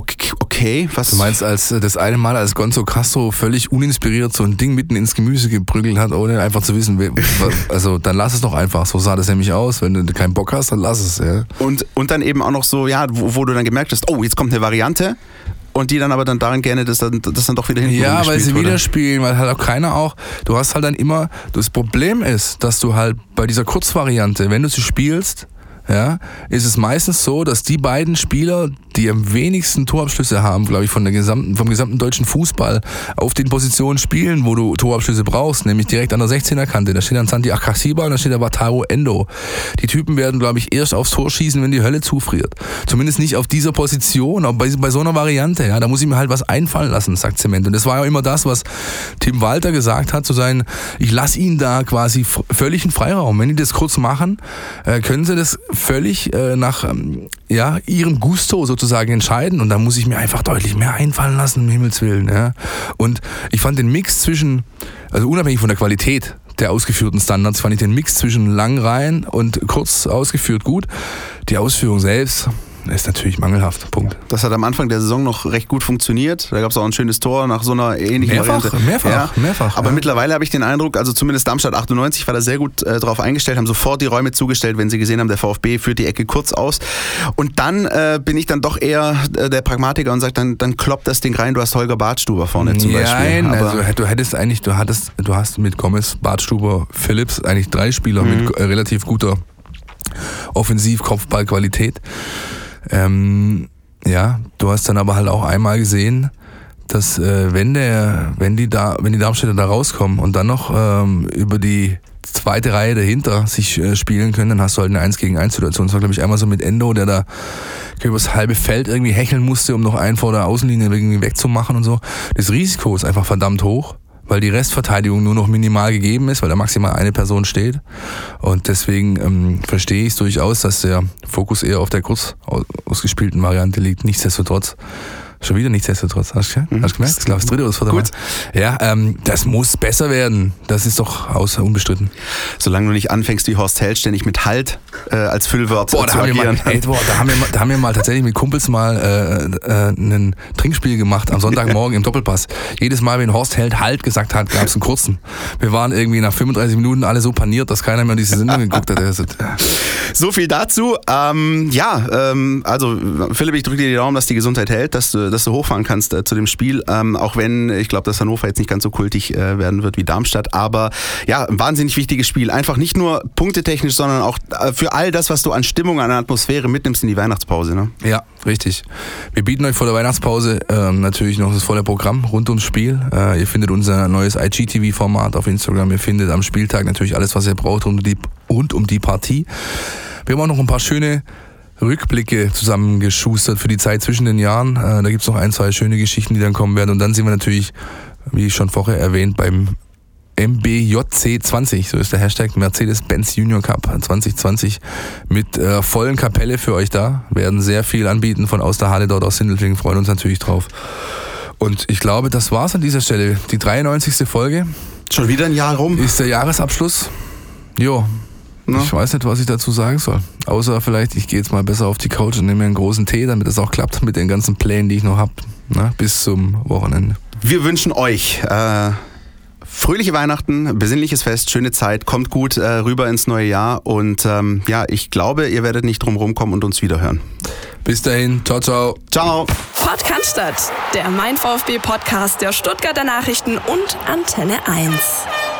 okay, was... Du meinst, als das eine Mal, als Gonzo Castro völlig uninspiriert so ein Ding mitten ins Gemüse geprügelt hat, ohne einfach zu wissen, also dann lass es doch einfach. So sah das nämlich aus. Wenn du keinen Bock hast, dann lass es. Ja. Und dann eben auch noch so, ja, wo du dann gemerkt hast, oh, jetzt kommt eine Variante. Und die dann aber dann darin gerne, dass dann doch wieder hinten ja, weil sie wieder spielen, weil halt auch keiner du hast halt dann immer, das Problem ist, dass du halt bei dieser Kurzvariante, wenn du sie spielst, ja, ist es meistens so, dass die beiden Spieler, die am wenigsten Torabschlüsse haben, glaube ich, vom gesamten deutschen Fußball, auf den Positionen spielen, wo du Torabschlüsse brauchst, nämlich direkt an der 16er-Kante. Da steht dann Santi Akasiba und da steht der Wataru Endo. Die Typen werden, glaube ich, erst aufs Tor schießen, wenn die Hölle zufriert. Zumindest nicht auf dieser Position, aber bei so einer Variante. Ja, da muss ich mir halt was einfallen lassen, sagt Zement. Und das war ja immer das, was Tim Walter gesagt hat, ich lasse ihnen da quasi völligen Freiraum. Wenn die das kurz machen, können sie das völlig nach ihrem Gusto sozusagen entscheiden und da muss ich mir einfach deutlich mehr einfallen lassen, um Himmels Willen. Ja. Und ich fand den Mix zwischen, also unabhängig von der Qualität der ausgeführten Standards, fand ich den Mix zwischen lang rein und kurz ausgeführt gut. Die Ausführung selbst ist natürlich mangelhaft. Punkt. Das hat am Anfang der Saison noch recht gut funktioniert. Da gab es auch ein schönes Tor nach so einer ähnlichen Variante. Mehrfach. Aber mittlerweile habe ich den Eindruck, also zumindest Darmstadt 98 war da sehr gut drauf eingestellt, haben sofort die Räume zugestellt, wenn sie gesehen haben, der VfB führt die Ecke kurz aus. Und dann bin ich dann doch eher der Pragmatiker und sage, dann kloppt das Ding rein, du hast Holger Badstuber vorne zum Beispiel. Nein, also du hast mit Gomez, Badstuber, Phillips eigentlich 3 Spieler mit relativ guter Offensiv-Kopfballqualität. Du hast dann aber halt auch einmal gesehen, dass wenn die Darmstädter da rauskommen und dann noch über die zweite Reihe dahinter sich spielen können, dann hast du halt eine 1-gegen-1-Situation. Das war, glaube ich, einmal so mit Endo, der da übers halbe Feld irgendwie hecheln musste, um noch einen vor der Außenlinie irgendwie wegzumachen und so. Das Risiko ist einfach verdammt hoch, weil die Restverteidigung nur noch minimal gegeben ist, weil da maximal eine Person steht. Und deswegen verstehe ich es durchaus, dass der Fokus eher auf der kurz ausgespielten Variante liegt. Nichtsdestotrotz. Schon wieder nichtsdestotrotz. Hast du gemerkt? Ich glaube, das dritte oder das vierte Mal. Ja, das muss besser werden. Das ist doch unbestritten. Solange du nicht anfängst, wie Horst Held ständig mit Halt als Füllwort zu agieren. Da haben wir mal tatsächlich mit Kumpels mal ein Trinkspiel gemacht am Sonntagmorgen im Doppelpass. Jedes Mal, wenn Horst Held Halt gesagt hat, gab es einen kurzen. Wir waren irgendwie nach 35 Minuten alle so paniert, dass keiner mehr diese Sendung geguckt hat. So viel dazu. Also Philipp, ich drücke dir die Daumen, dass die Gesundheit hält, dass du hochfahren kannst zu dem Spiel, auch wenn ich glaube, dass Hannover jetzt nicht ganz so kultig werden wird wie Darmstadt, aber ja, ein wahnsinnig wichtiges Spiel, einfach nicht nur punktetechnisch, sondern auch für all das, was du an Stimmung, an Atmosphäre mitnimmst in die Weihnachtspause, ne? Ja, richtig. Wir bieten euch vor der Weihnachtspause natürlich noch das volle Programm rund ums Spiel. Ihr findet unser neues IGTV-Format auf Instagram, ihr findet am Spieltag natürlich alles, was ihr braucht rund um die Partie. Wir haben auch noch ein paar schöne Rückblicke zusammengeschustert für die Zeit zwischen den Jahren. Da gibt es noch 1-2 schöne Geschichten, die dann kommen werden. Und dann sind wir natürlich, wie schon vorher erwähnt, beim MBJC 20, so ist der Hashtag, Mercedes-Benz Junior Cup 2020 mit vollen Kapelle für euch da. Werden sehr viel anbieten von aus der Halle dort aus Sindelfingen, freuen uns natürlich drauf. Und ich glaube, das war's an dieser Stelle. Die 93. Folge. Schon wieder ein Jahr rum. Ist der Jahresabschluss. Jo. No. Ich weiß nicht, was ich dazu sagen soll. Außer vielleicht, ich gehe jetzt mal besser auf die Couch und nehme mir einen großen Tee, damit es auch klappt mit den ganzen Plänen, die ich noch habe, bis zum Wochenende. Wir wünschen euch fröhliche Weihnachten, besinnliches Fest, schöne Zeit, kommt gut rüber ins neue Jahr und ich glaube, ihr werdet nicht drum rumkommen und uns wiederhören. Bis dahin, ciao, ciao. Ciao. Podcast, der Mein VfB Podcast der Stuttgarter Nachrichten und Antenne 1.